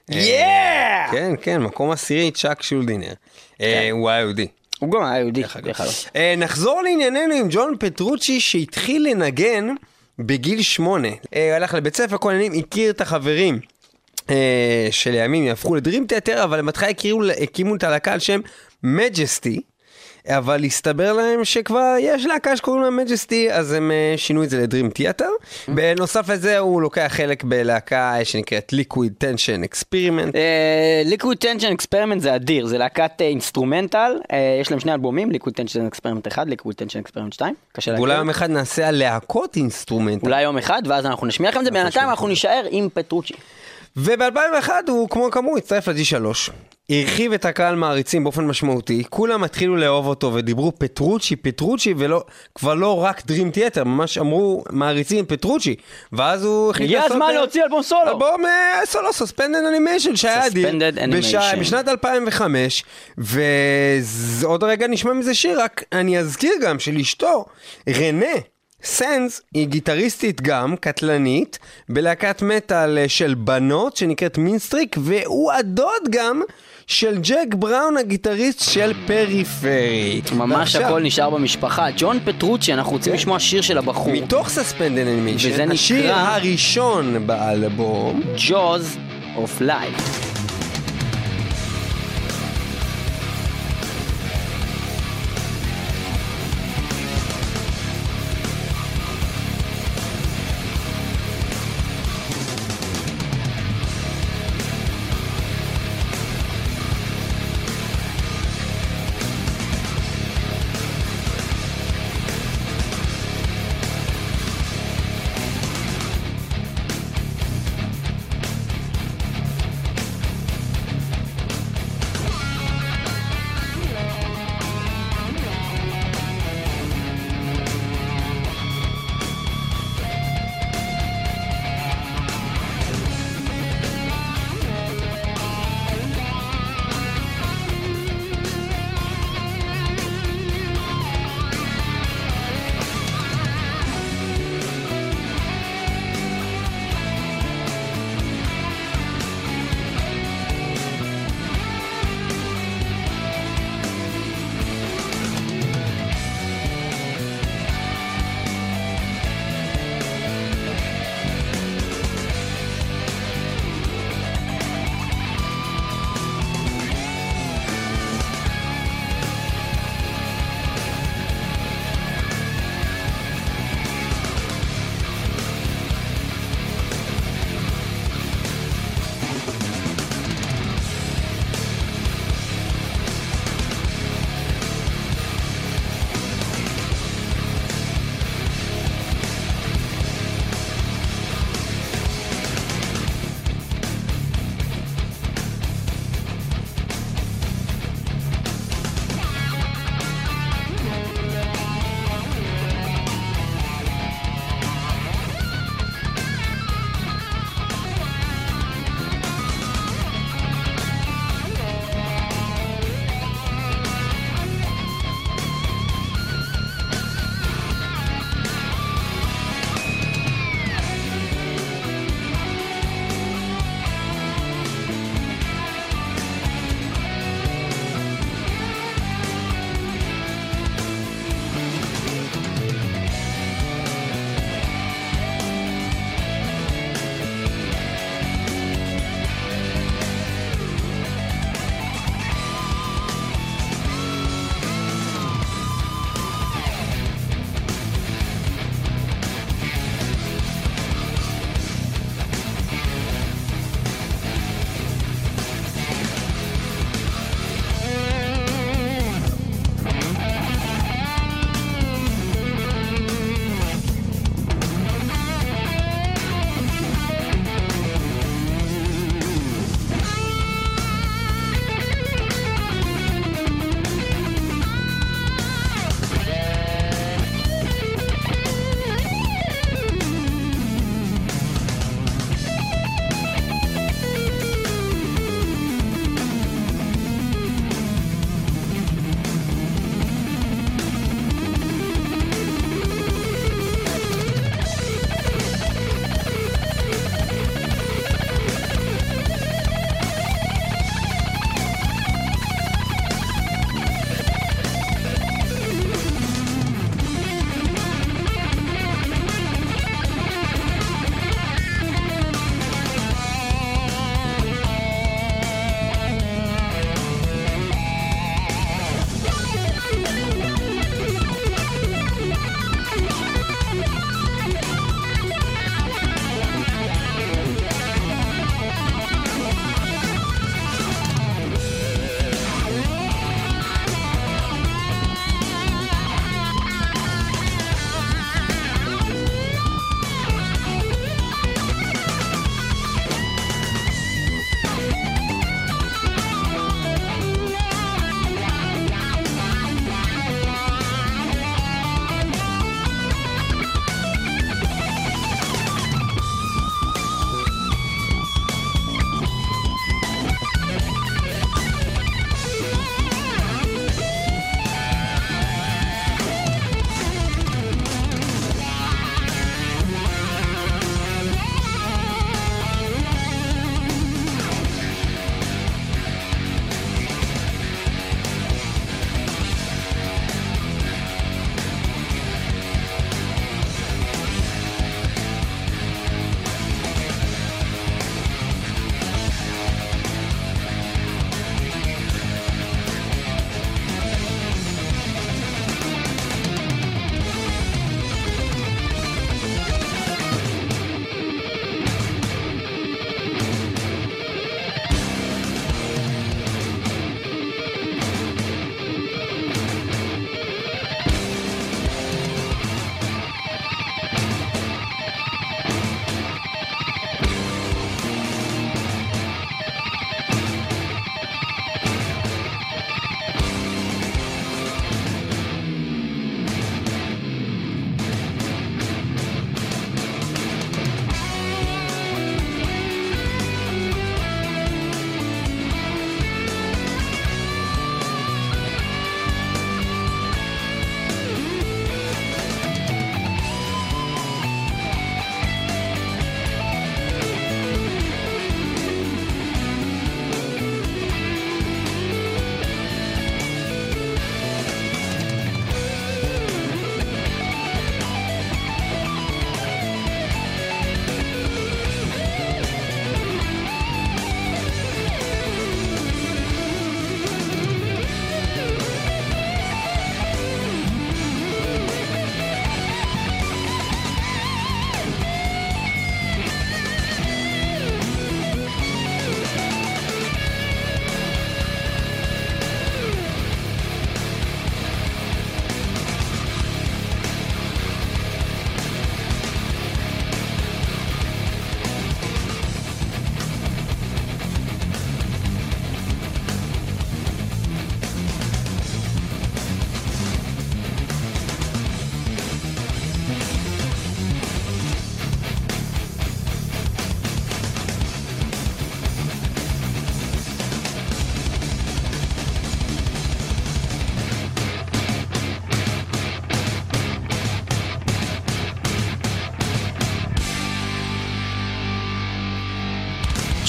כן, מקום עשירי צ'אק שולדינר. הוא היה יהודי. הוא גם היה יהודי. נחזור לענייננו עם ג'ון פטרוצ'י שהתחיל לנגן בגיל 8. הלך לבית ספר כוננים, הכיר את החברים שלימים יהפכו לדרים תיאטר, אבל הם בהתחלה הקימו את הלהקה על שם מג'סטי, אבל הסתבר להם שכבר יש להקה שקוראים לה מג'סטי, אז הם שינו את זה לדרים תיאטר. בנוסף לזה הוא לוקח חלק בלהקה שנקראת Liquid Tension Experiment. Liquid Tension Experiment זה אדיר, זה להקת אינסטרומנטל, יש להם 2 אלבומים, Liquid Tension Experiment 1, Liquid Tension Experiment 2. ואולי יום אחד נעשה על להקות אינסטרומנטל. אולי יום אחד, ואז אנחנו נשמיע לכם את זה, בינתיים אנחנו נשאר עם פטרוצ'י. וב-2001 הוא כמו הצטרף ל-G3, הרחיב את הקהל מעריצים באופן משמעותי, כולם התחילו לאהוב אותו ודיברו פטרוצ'י, וכבר לא רק דרים תיאטר, ממש אמרו מעריצים פטרוצ'י, ואז הוא החליט לעשות... הגיע הזמן להוציא אלבום סולו. אלבום סולו, Suspended Animation, שהיה אדיר, בשנת 2005, ועוד רגע נשמע מזה שיר, רק אני אזכיר גם של אשתו, רנה, סנס היא גיטריסטית גם, קטלנית, בלהקת מטל של בנות שנקראת מינסטריק, והוא הדוד גם של ג'ק בראון, הגיטריסט של פריפרי. ממש הכל נשאר במשפחה. ג'ון פטרוצ'י, אנחנו רוצים לשמוע שיר של הבחור. מתוך Suspended Animation, השיר הראשון באלבום, Jaws of Life.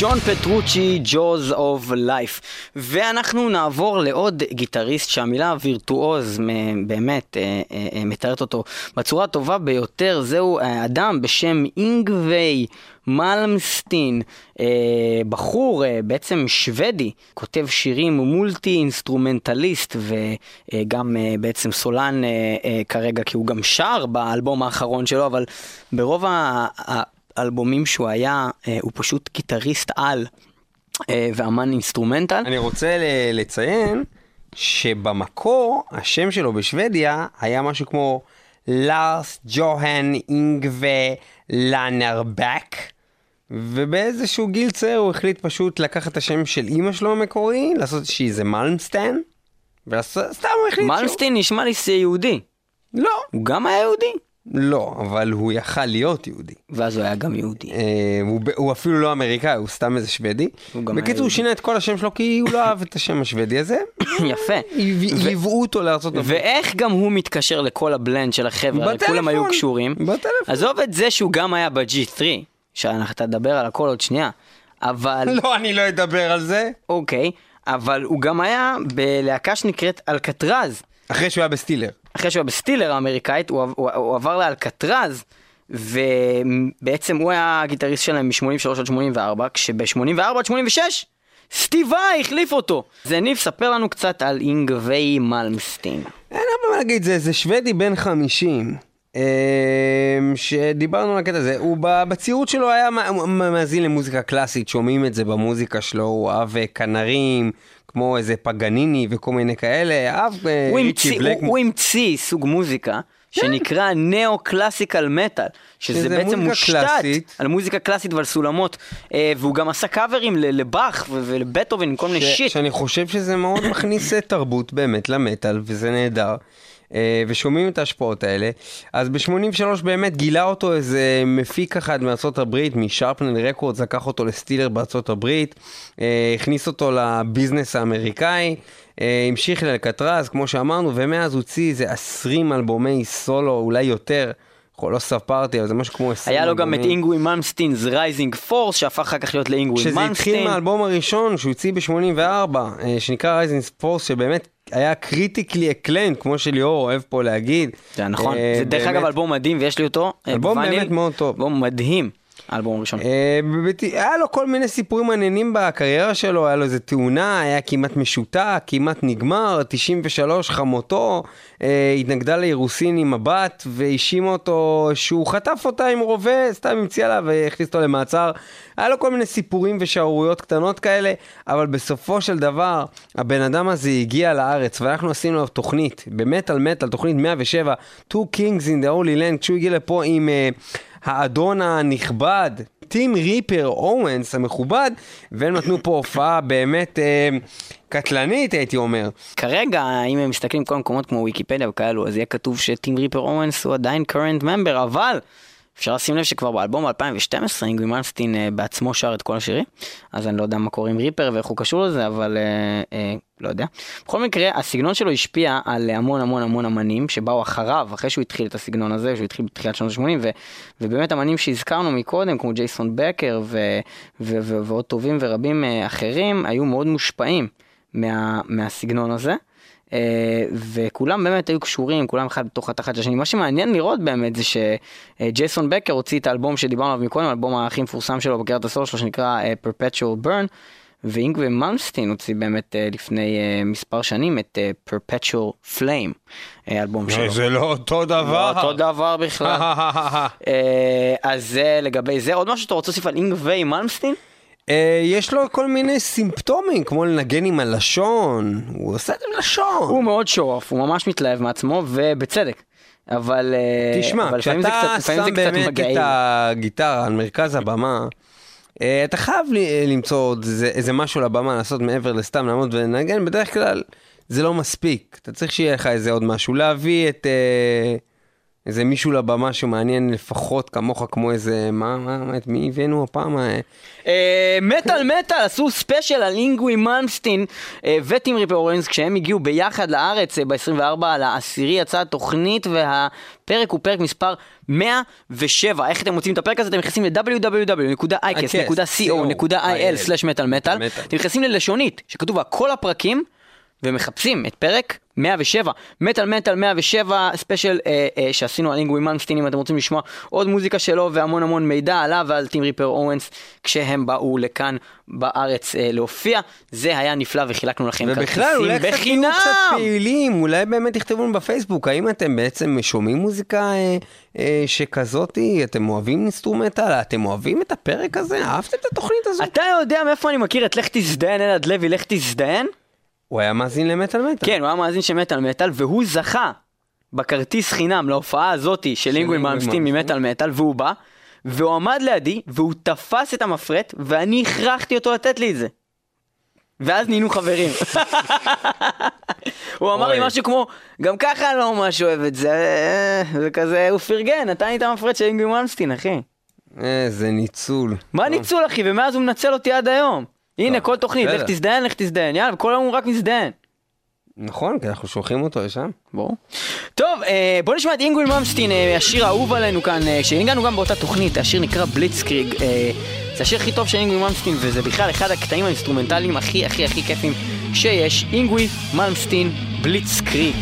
ג'ון פטרוצ'י, Jaws of Life. ואנחנו נעבור לעוד גיטריסט שהמילה וירטואוז באמת מתארת אותו בצורה הטובה ביותר. זהו אדם בשם אינגווי מלמסטין, בחור בעצם שוודי, כותב שירים, מולטי אינסטרומנטליסט וגם בעצם סולן כרגע, כי הוא גם שר באלבום האחרון שלו, אבל ברוב האלבומים שהוא היה, הוא פשוט גיטריסט על ואמן אינסטרומנטל. אני רוצה לציין שבמקור השם שלו בשוודיה היה משהו כמו לארס ג'והן אינגווה לנרבק, ובאיזשהו גיל צעיר הוא החליט פשוט לקחת את השם של אמא שלו המקורי, לעשות איזה מלמסטיין, וסתם הוא החליט מלמסטיין נשמע לי יהודי. לא. הוא גם היה יהודי? לא, אבל הוא יכל להיות יהודי. ואז הוא היה גם יהודי. הוא אפילו לא אמריקאי, הוא סתם איזה שוודי. בקיצור, הוא שינה את כל השם שלו כי הוא לא אהב את השם השוודי הזה. יפה. ייבאו אותו לארצות הברית. ואיך גם הוא מתקשר לכל הבלנד של החבר'ה, כולם היו קשורים. בטלפון. עזוב את זה שהוא גם היה ב-G3, שאנחנו תדבר על הכל עוד שנייה, אבל... לא, אני לא אדבר על זה. אוקיי, אבל הוא גם היה בלהקה שנקראת אלקטרז. אחרי שהוא היה בסטילר. אחרי שהוא היה בסטילר האמריקאית, הוא עבר לאלקטרז, ובעצם הוא היה הגיטריסט שלהם מ-83 עד 84, כשב-84 עד 86, סטיב ואי החליף אותו. זה ניב, ספר לנו קצת על אינגווי מלמסטין. אין הרבה מה להגיד, זה שוודי בן 50, שדיברנו על הקטע הזה. הוא בצירות שלו היה מאזין למוזיקה קלאסית, שומעים את זה במוזיקה שלו, הוא אהב כנרים, כמו איזה פגניני וכל מיני כאלה. הוא המציא סוג מוזיקה שנקרא נאו-קלאסיקל מטל, שזה בעצם מושתת על מוזיקה קלאסית ועל סולמות, והוא גם עשה קאברים לבאך ולבטהובן עם כל מיני שיט. שאני חושב שזה מאוד מכניס תרבות באמת למטל, וזה נהדר. ושומעים את ההשפעות האלה. אז ב-83 באמת גילה אותו איזה מפיק אחד מארצות הברית, משרפנל רקורדס, לקח אותו לסטילר בארצות הברית, הכניס אותו לביזנס האמריקאי, המשיך לאלקטרז, כמו שאמרנו, ומאז הוציא איזה 20 אלבומי סולו, אולי יותר, לא ספרתי, אבל זה משהו כמו 20 היה לו גם אלבומים. את אינגווי מלמסטינ's Rising Force, שהפך אחר כך להיות לאינגווי מלמסטין. שזה התחיל מהאלבום הראשון שהוא הוציא ב-84, שנקרא Rising Force, שבאמת היה קריטיקלי אקלנד, כמו שליאור אוהב פה להגיד. זה נכון, זה דרך אגב אלבום מדהים, ויש לי אותו. אלבום באמת מאוד טוב. אלבום מדהים. האלבום הראשון. היה לו כל מיני סיפורים מעניינים בקריירה שלו, היה לו איזה תאונה, היה כמעט משותק, כמעט נגמר, 93 חמותו, התנגדה לאירוסין עם הבת, והאשימה אותו שהוא חטף אותה עם רובה, סתם המציאה לה והכניס אותו למעצר. היה לו כל מיני סיפורים ושערוריות קטנות כאלה, אבל בסופו של דבר, הבן אדם הזה הגיע לארץ, ואנחנו עשינו לו תוכנית, במטל מטל, תוכנית 107, Two Kings in the Holy Land, כשהוא הגיע לפה עם האדון הנכבד, טים ריפר אורנס המכובד, והם נתנו פה הופעה באמת קטלנית, הייתי אומר. כרגע, אם הם מסתכלים כל מקומות כמו ויקיפדיה וכאלו, אז יהיה כתוב שטים ריפר אורנס הוא עדיין current member, אבל אפשר לשים לב שכבר באלבום 2012, אינגווי מלמסטין בעצמו שר את כל השירים, אז אני לא יודע מה קורה עם ריפר ואיך הוא קשור לזה, אבל לא יודע. בכל מקרה, הסגנון שלו השפיע על המון המון המון אמנים שבאו אחריו, אחרי שהוא התחיל את הסגנון הזה, שהוא התחיל בתחילת שנות ה-80, ובאמת אמנים שהזכרנו מקודם, כמו ג'ייסון בקר ועוד טובים ורבים אחרים, היו מאוד מושפעים מהסגנון הזה. וכולם באמת היו קשורים, כולם אחד בתוך התחת השני. מה שמעניין לראות באמת זה שג'ייסון בקר הוציא את האלבום שדיברנו עליו מקודם, האלבום הכי מפורסם שלו בקריירת הסולו שלו שנקרא Perpetual Burn, ואינגווי מלמסטין הוציא באמת לפני מספר שנים את Perpetual Flame, אלבום שלו. זה לא אותו דבר. לא אותו דבר בכלל. אז זה לגבי זה. עוד משהו שאתה רוצה להוסיף על אינגווי מלמסטין? יש לו כל מיני סימפטומים, כמו לנגן עם הלשון, הוא עושה את זה בלשון. הוא מאוד שורף, הוא ממש מתלהב מעצמו, ובצדק. אבל תשמע, כשאתה שם באמת את הגיטרה על מרכז הבמה, אתה חייב למצוא איזה משהו לבמה, לעשות מעבר לסתם לעמוד ולנגן, בדרך כלל זה לא מספיק. אתה צריך שיהיה לך איזה עוד משהו, להביא איזה מישהו לבמה שמעניין לפחות כמוך, כמו איזה, מי הבאנו הפעם? מטל, עשו ספיישל על אינגווי מלמסטין וטים ריפר אורנס, כשהם הגיעו ביחד לארץ ב-24 לעשירי יצאה תוכנית, והפרק הוא פרק מספר 107. איך אתם מוצאים את הפרק הזה? אתם נכנסים ל-www.icast.co.il/מטל-מטל, אתם נכנסים ללשונית שכתוב כל הפרקים ומחפשים את פרק 107, מטל 107 ספיישל שעשינו על אינגווי מלמסטין. אם אתם רוצים לשמוע עוד מוזיקה שלו והמון מידע עליו ועל טים ריפר אורנס כשהם באו לכאן בארץ להופיע, זה היה נפלא וחילקנו לכם ובכלל, אולי בחינם. קצת פעילים, אולי באמת תכתבו לנו בפייסבוק, האם אתם בעצם שומעים מוזיקה שכזאת, אתם אוהבים אינסטרומנטל, אתם אוהבים את הפרק הזה, אהבתם את התוכנית הזאת? אתה יודע מאיפה אני מכיר את לך תזדיין, אלעד לוי, לך תזדיין? הוא היה מאזין למטל מטל. כן, הוא היה מאזין של מטל מטל, והוא זכה בכרטיס חינם להופעה הזאת של אינגווי מלמסטין ממטל מטל, והוא בא, והוא עמד לידי, והוא תפס את המפרט, ואני הכרחתי אותו לתת לי את זה. ואז נהיינו חברים. הוא אמר לי משהו כמו, גם ככה אני לא ממש אוהב את זה, וכזה, הוא פרגן, נתן לי את המפרט של אינגווי מלמסטין, אחי. איזה ניצול. מה ניצול, אחי? ומאז הוא מנצל אותי עד היום. הנה, כל תוכנית, לך תזדיין, יאללה, וכל היום הוא רק מזדיין. נכון, כי אנחנו שולחים אותו לשם. ברור. טוב, בוא נשמע את אינגווי מלמסטין, השיר האהוב עלינו כאן, שהגענו גם באותה תוכנית, השיר נקרא בליצקריג, זה השיר הכי טוב של אינגווי מלמסטין, וזה בכלל אחד הקטעים האינסטרומנטליים הכי כיפים שיש, אינגווי מלמסטין בליצקריג.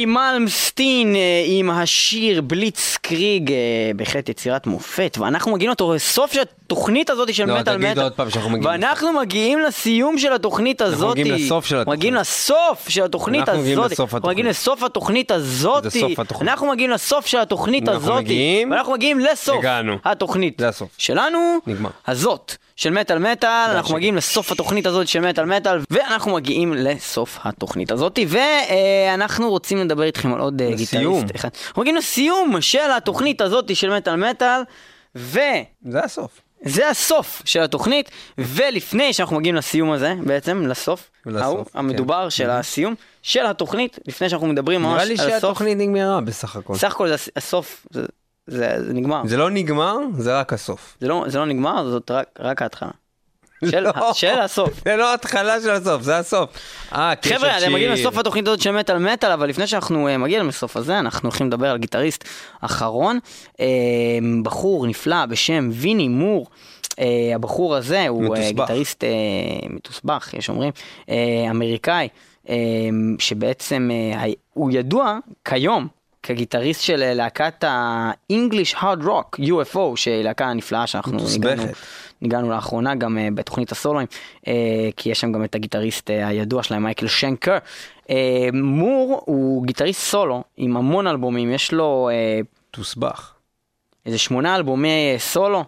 מלמסטין עם השיר בליצקריג, בהחלט יצירת מופת, ואנחנו מגיעים אותו לסוף של התוכנית הזאת של מטל תגיד מטל, עוד פעם שאנחנו מגיעים ואנחנו מגיעים לסיום של התוכנית הזאת, מגיעים לסוף של התוכנית. מגיעים לסוף של התוכנית אנחנו מגיעים הזאת, לסוף אנחנו מגיעים לסוף התוכנית הזאת, זה סוף התוכנית. אנחנו מגיעים לסוף של התוכנית אנחנו הזאת, מגיעים- ואנחנו מגיעים לסוף הגענו. התוכנית זה הסוף. שלנו, נגמר. הזאת של מטל מטל, אנחנו השני. מגיעים לסוף התוכנית הזאת של מטל מטל, ואנחנו מגיעים לסוף התוכנית הזאת, ואנחנו רוצים לדבר איתכם על עוד לסיום. גיטריסט אחד. אנחנו מגיעים לסיום של התוכנית הזאת של מטל מטל, וזה זה הסוף. הסוף של התוכנית, ולפני שאנחנו מגיעים לסיום הזה, בעצם לסוף, לסוף, ההוא, כן. המדובר של הסיום של התוכנית, לפני שאנחנו מדברים ממש נראה על לי הסוף, שהתוכנית נגמרה בסך הכל. סך הכל זה הסוף, זה נגמר. זה לא נגמר, זה רק הסוף. זה לא נגמר, זאת רק ההתחלה. לא. של הסוף. זה לא התחלה של הסוף, זה הסוף. חבר'ה, אתם מגיעים לסוף התוכנית הזאת של מטל מטל, אבל לפני שאנחנו מגיעים לסוף הזה, אנחנו הולכים לדבר על גיטריסט אחרון, בחור נפלא בשם ויני מור. הבחור הזה הוא מתוסבך. גיטריסט מתוסבך, יש אומרים, אמריקאי, שבעצם הוא ידוע כיום כגיטריסט של להקת ה-English Hard Rock, UFO, שהיא להקה נפלאה שאנחנו ניגענו לאחרונה גם בתוכנית הסולואים, כי יש שם גם את הגיטריסט הידוע שלהם, מייקל שנקר. מור הוא גיטריסט סולו עם המון אלבומים, יש לו תוסבך. איזה 8 אלבומי סולו,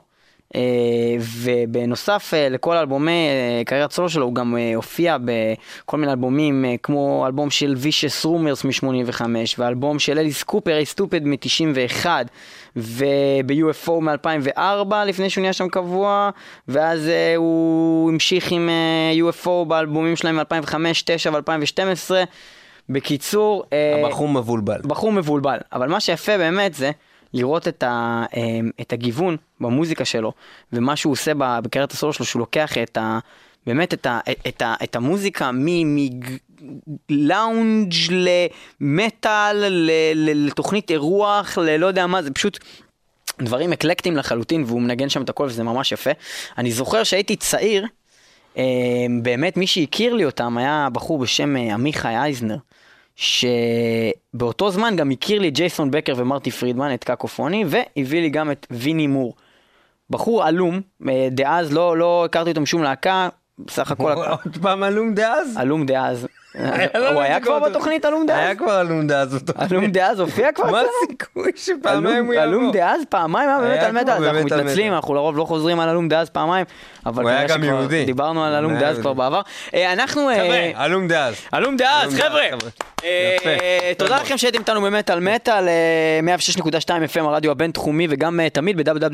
ובנוסף לכל אלבומי קריירת סולו שלו הוא גם הופיע בכל מיני אלבומים, כמו אלבום של Vicious Rumors מ-85 ואלבום של אליס קופר, A Stupid מ-91 וב-UFO מ-2004 לפני שהוא נהיה שם קבוע, ואז הוא המשיך עם UFO באלבומים שלהם מ-2005, 2009 ו-2012. בקיצור, הבחור מבולבל. בחור מבולבל, אבל מה שיפה באמת זה לראות את הגיוון במוזיקה שלו, ומה שהוא עושה בקריירת הסולו שלו, שהוא לוקח באמת את המוזיקה מלאונג' למטל, לתוכנית אירוח, ללא יודע מה, זה פשוט דברים אקלקטיים לחלוטין, והוא מנגן שם את הכל וזה ממש יפה. אני זוכר שהייתי צעיר, באמת מי שהכיר לי אותם היה בחור בשם עמיחי אייזנר, שבאותו זמן גם הכיר לי ג'ייסון בקר ומרטי פרידמן, את קקופוני, והביא לי גם את ויני מור. בחור אלום, דאז לא הכרתי אותו משום להקה, בסך הכל... עוד פעם אלום דאז? אלום דאז. הוא היה כבר בתוכנית אלום דאז? היה כבר אלום דאז בתוכנית. אלום דאז הופיע כבר? מה הסיכוי שפעמיים הוא יבוא? אלום דאז פעמיים היה באמת על מטל, אנחנו מתנצלים, אנחנו לרוב לא חוזרים על אלום דאז פעמיים, אבל הוא היה גם יהודי. דיברנו על אלום דאז כבר בעבר. אנחנו... חבר'ה, אלום דאז. אלום דאז, חבר'ה! תודה לכם שהייתם איתנו באמת על מטל, 106.2 FM הרדיו הבינתחומי, וגם תמיד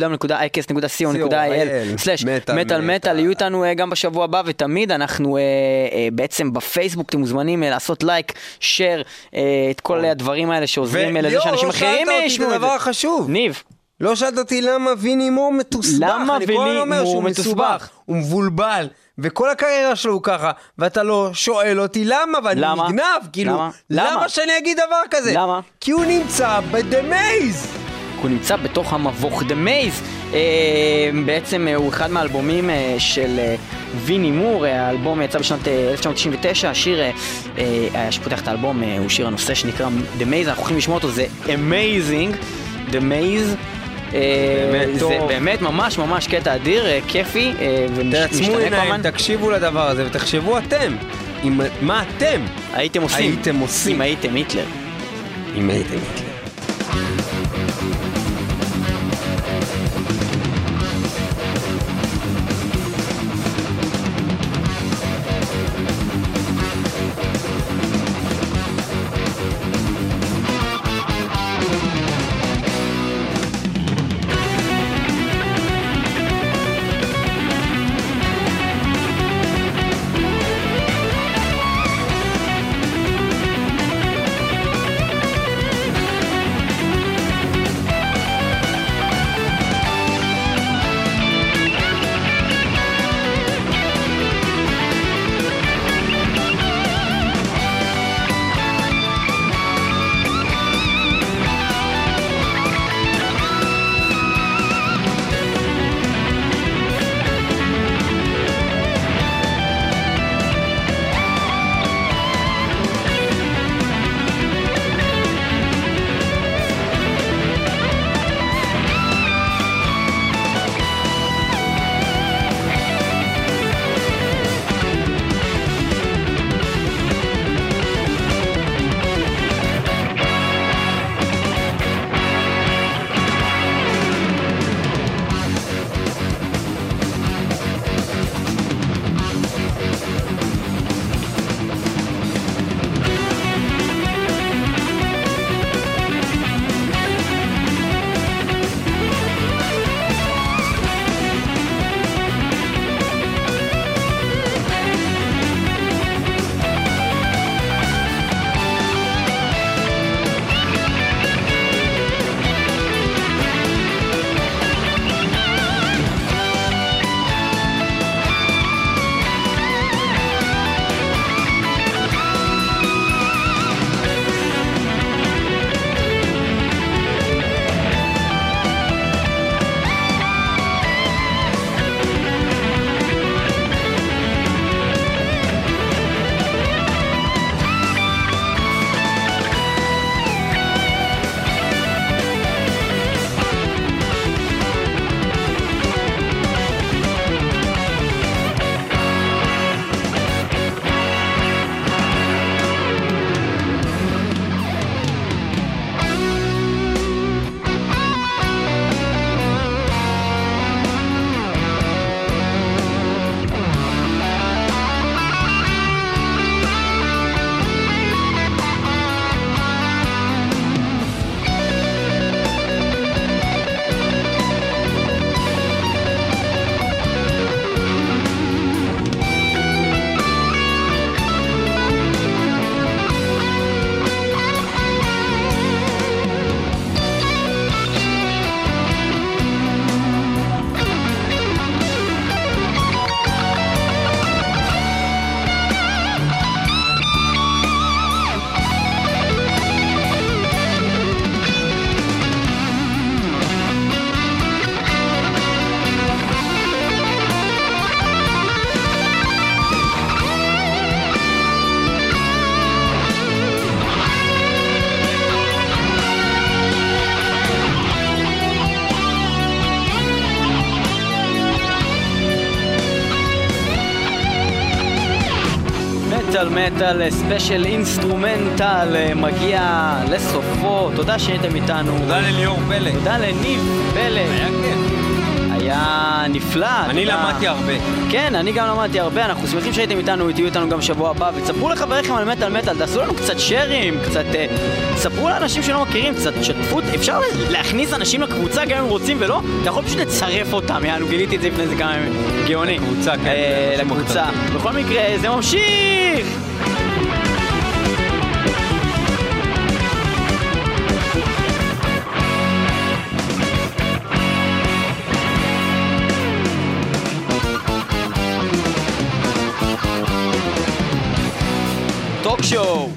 ב-www.icast.co.il/מטל. יהיו איתנו גם בשבוע הבא, ותמיד אנחנו בעצם בפייסבוק אתם מוזמנים לעשות לייק, שייר, את כל הדברים האלה שעוזרים לזה שאנשים אחרים ישמעו את זה. דבר החשוב. ניב, לא שאלת אותי למה ויני מור מתוסבך. למה אני כל הזמן אומר ויני שהוא מור מסובך, מתוסבך? הוא מבולבל, וכל הקריירה שלו הוא ככה, ואתה לא שואל אותי למה, ואני למה? נגנב, כאילו, למה? למה שאני אגיד דבר כזה? למה? כי הוא נמצא בדמייז. הוא נמצא בתוך המבוך The Maze, בעצם הוא אחד מהאלבומים של ויני מור, האלבום יצא בשנת 1999, השיר שפותח את האלבום הוא שיר הנושא שנקרא The Maze, אנחנו הולכים לשמוע אותו, זה Amazing, The Maze, זה באמת ממש ממש קטע אדיר, כיפי תעצמו עיניים, תקשיבו לדבר הזה ותחשבו אתם, מה אתם הייתם עושים אם הייתם היטלר. אם הייתם היטלר. מטל ספיישל אינסטרומנטל מגיע לסופו. תודה שהייתם איתנו. תודה לליאור פלג. תודה לניב פלג. היה כיף. היה נפלא. אני למדתי הרבה. כן, אני גם למדתי הרבה. אנחנו שמחים שהייתם איתנו, תהיו איתנו גם שבוע הבא, ותספרו לחבריכם על מטל, תעשו לנו קצת שרים, קצת ספרו לאנשים שלא מכירים, קצת שתפות. אפשר להכניס אנשים לקבוצה גם אם רוצים ולא, אתה יכול פשוט לצרף אותם. יאללה, גיליתי את זה לפני זה כמה ימים. גאוני. לקבוצה, כן. לקבוצה. בכל מקרה, זה ממשיך! טוק שואו.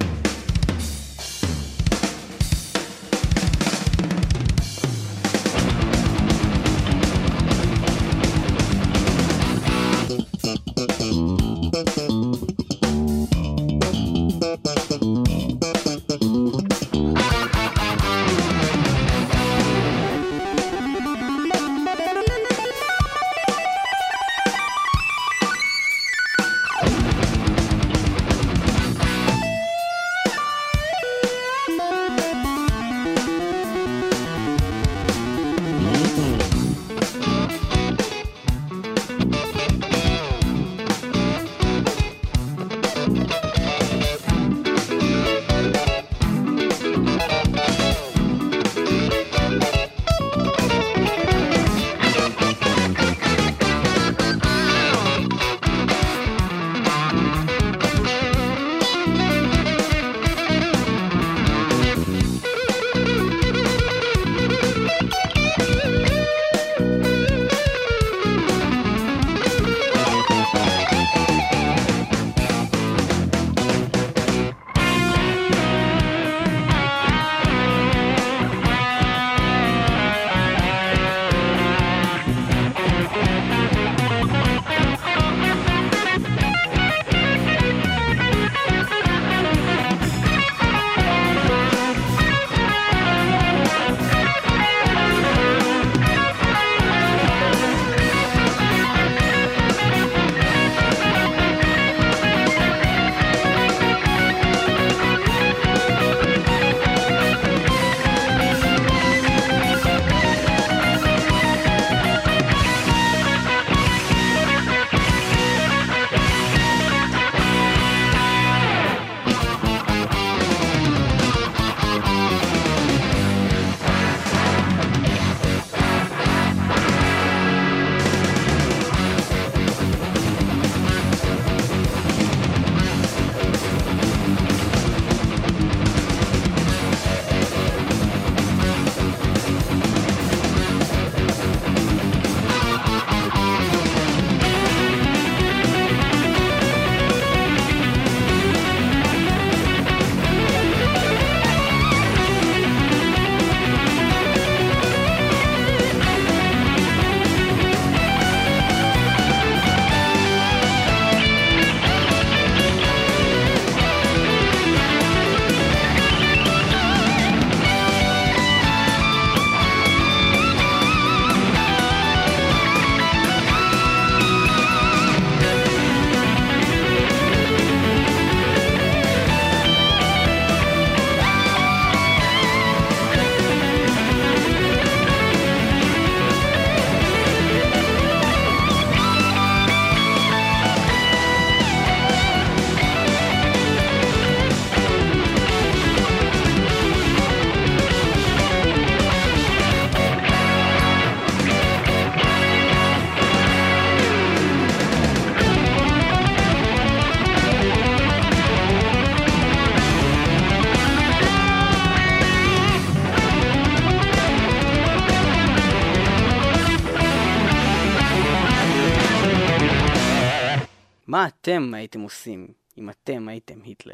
מה אתם הייתם עושים אם אתם הייתם היטלר?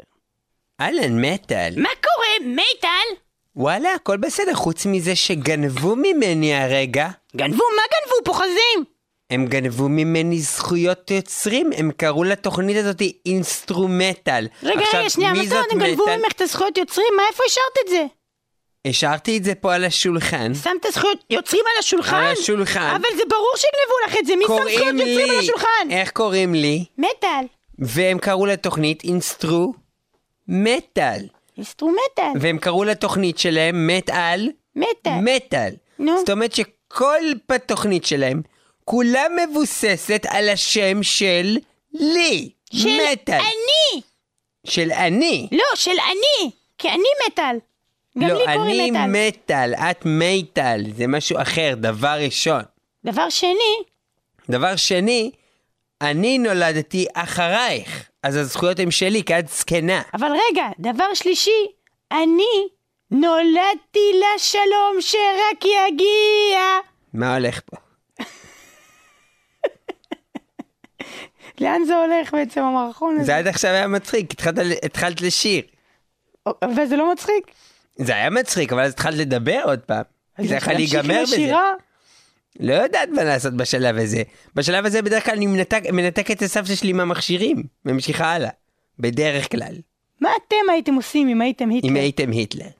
אהלן מטל. מה קורה, מטל? וואלה, הכל בסדר, חוץ מזה שגנבו ממני הרגע. גנבו? מה גנבו? פוחזים? הם גנבו ממני זכויות יוצרים, הם קראו לתוכנית הזאת אינסטרומטל. רגע, שנייה, מה זאת? הם גנבו ממך את הזכויות יוצרים? מה, איפה השארת את זה? השארתי את זה פה על השולחן. שמת זכויות יוצרים על השולחן? על השולחן. אבל זה ברור שגנבו לך את זה, מי שם זכויות יוצרים על השולחן? איך קוראים לי? מטל. והם קראו לתוכנית אינסטרומטל. אינסטרומטל. והם קראו לתוכנית שלהם מטל. מטל. זאת אומרת שכל תוכנית שלהם, כולה מבוססת על השם של לי. של מטל. אני. של אני. לא, של אני. כי אני מטל. גם לא, לי קוראים מטל. אני מטל, את מטל. זה משהו אחר, דבר ראשון. דבר שני, אני נולדתי אחרייך. אז הזכויות הן שלי, כי את זקנה. אבל רגע, דבר שלישי, אני נולדתי לשלום שרק יגיע. מה הולך פה? לאן זה הולך בעצם המערכון הזה? זה עד עכשיו היה מצחיק, התחלת לשיר. וזה לא מצחיק? זה היה מצחיק, אבל אז התחלת לדבר עוד פעם. זה יכול להיגמר בזה. שירה? לא יודעת מה לעשות בשלב הזה. בשלב הזה בדרך כלל אני מנתק את הסבתא שלי מהמכשירים, וממשיכה הלאה. בדרך כלל. מה אתם הייתם עושים אם הייתם היטלר? אם הייתם היטלר.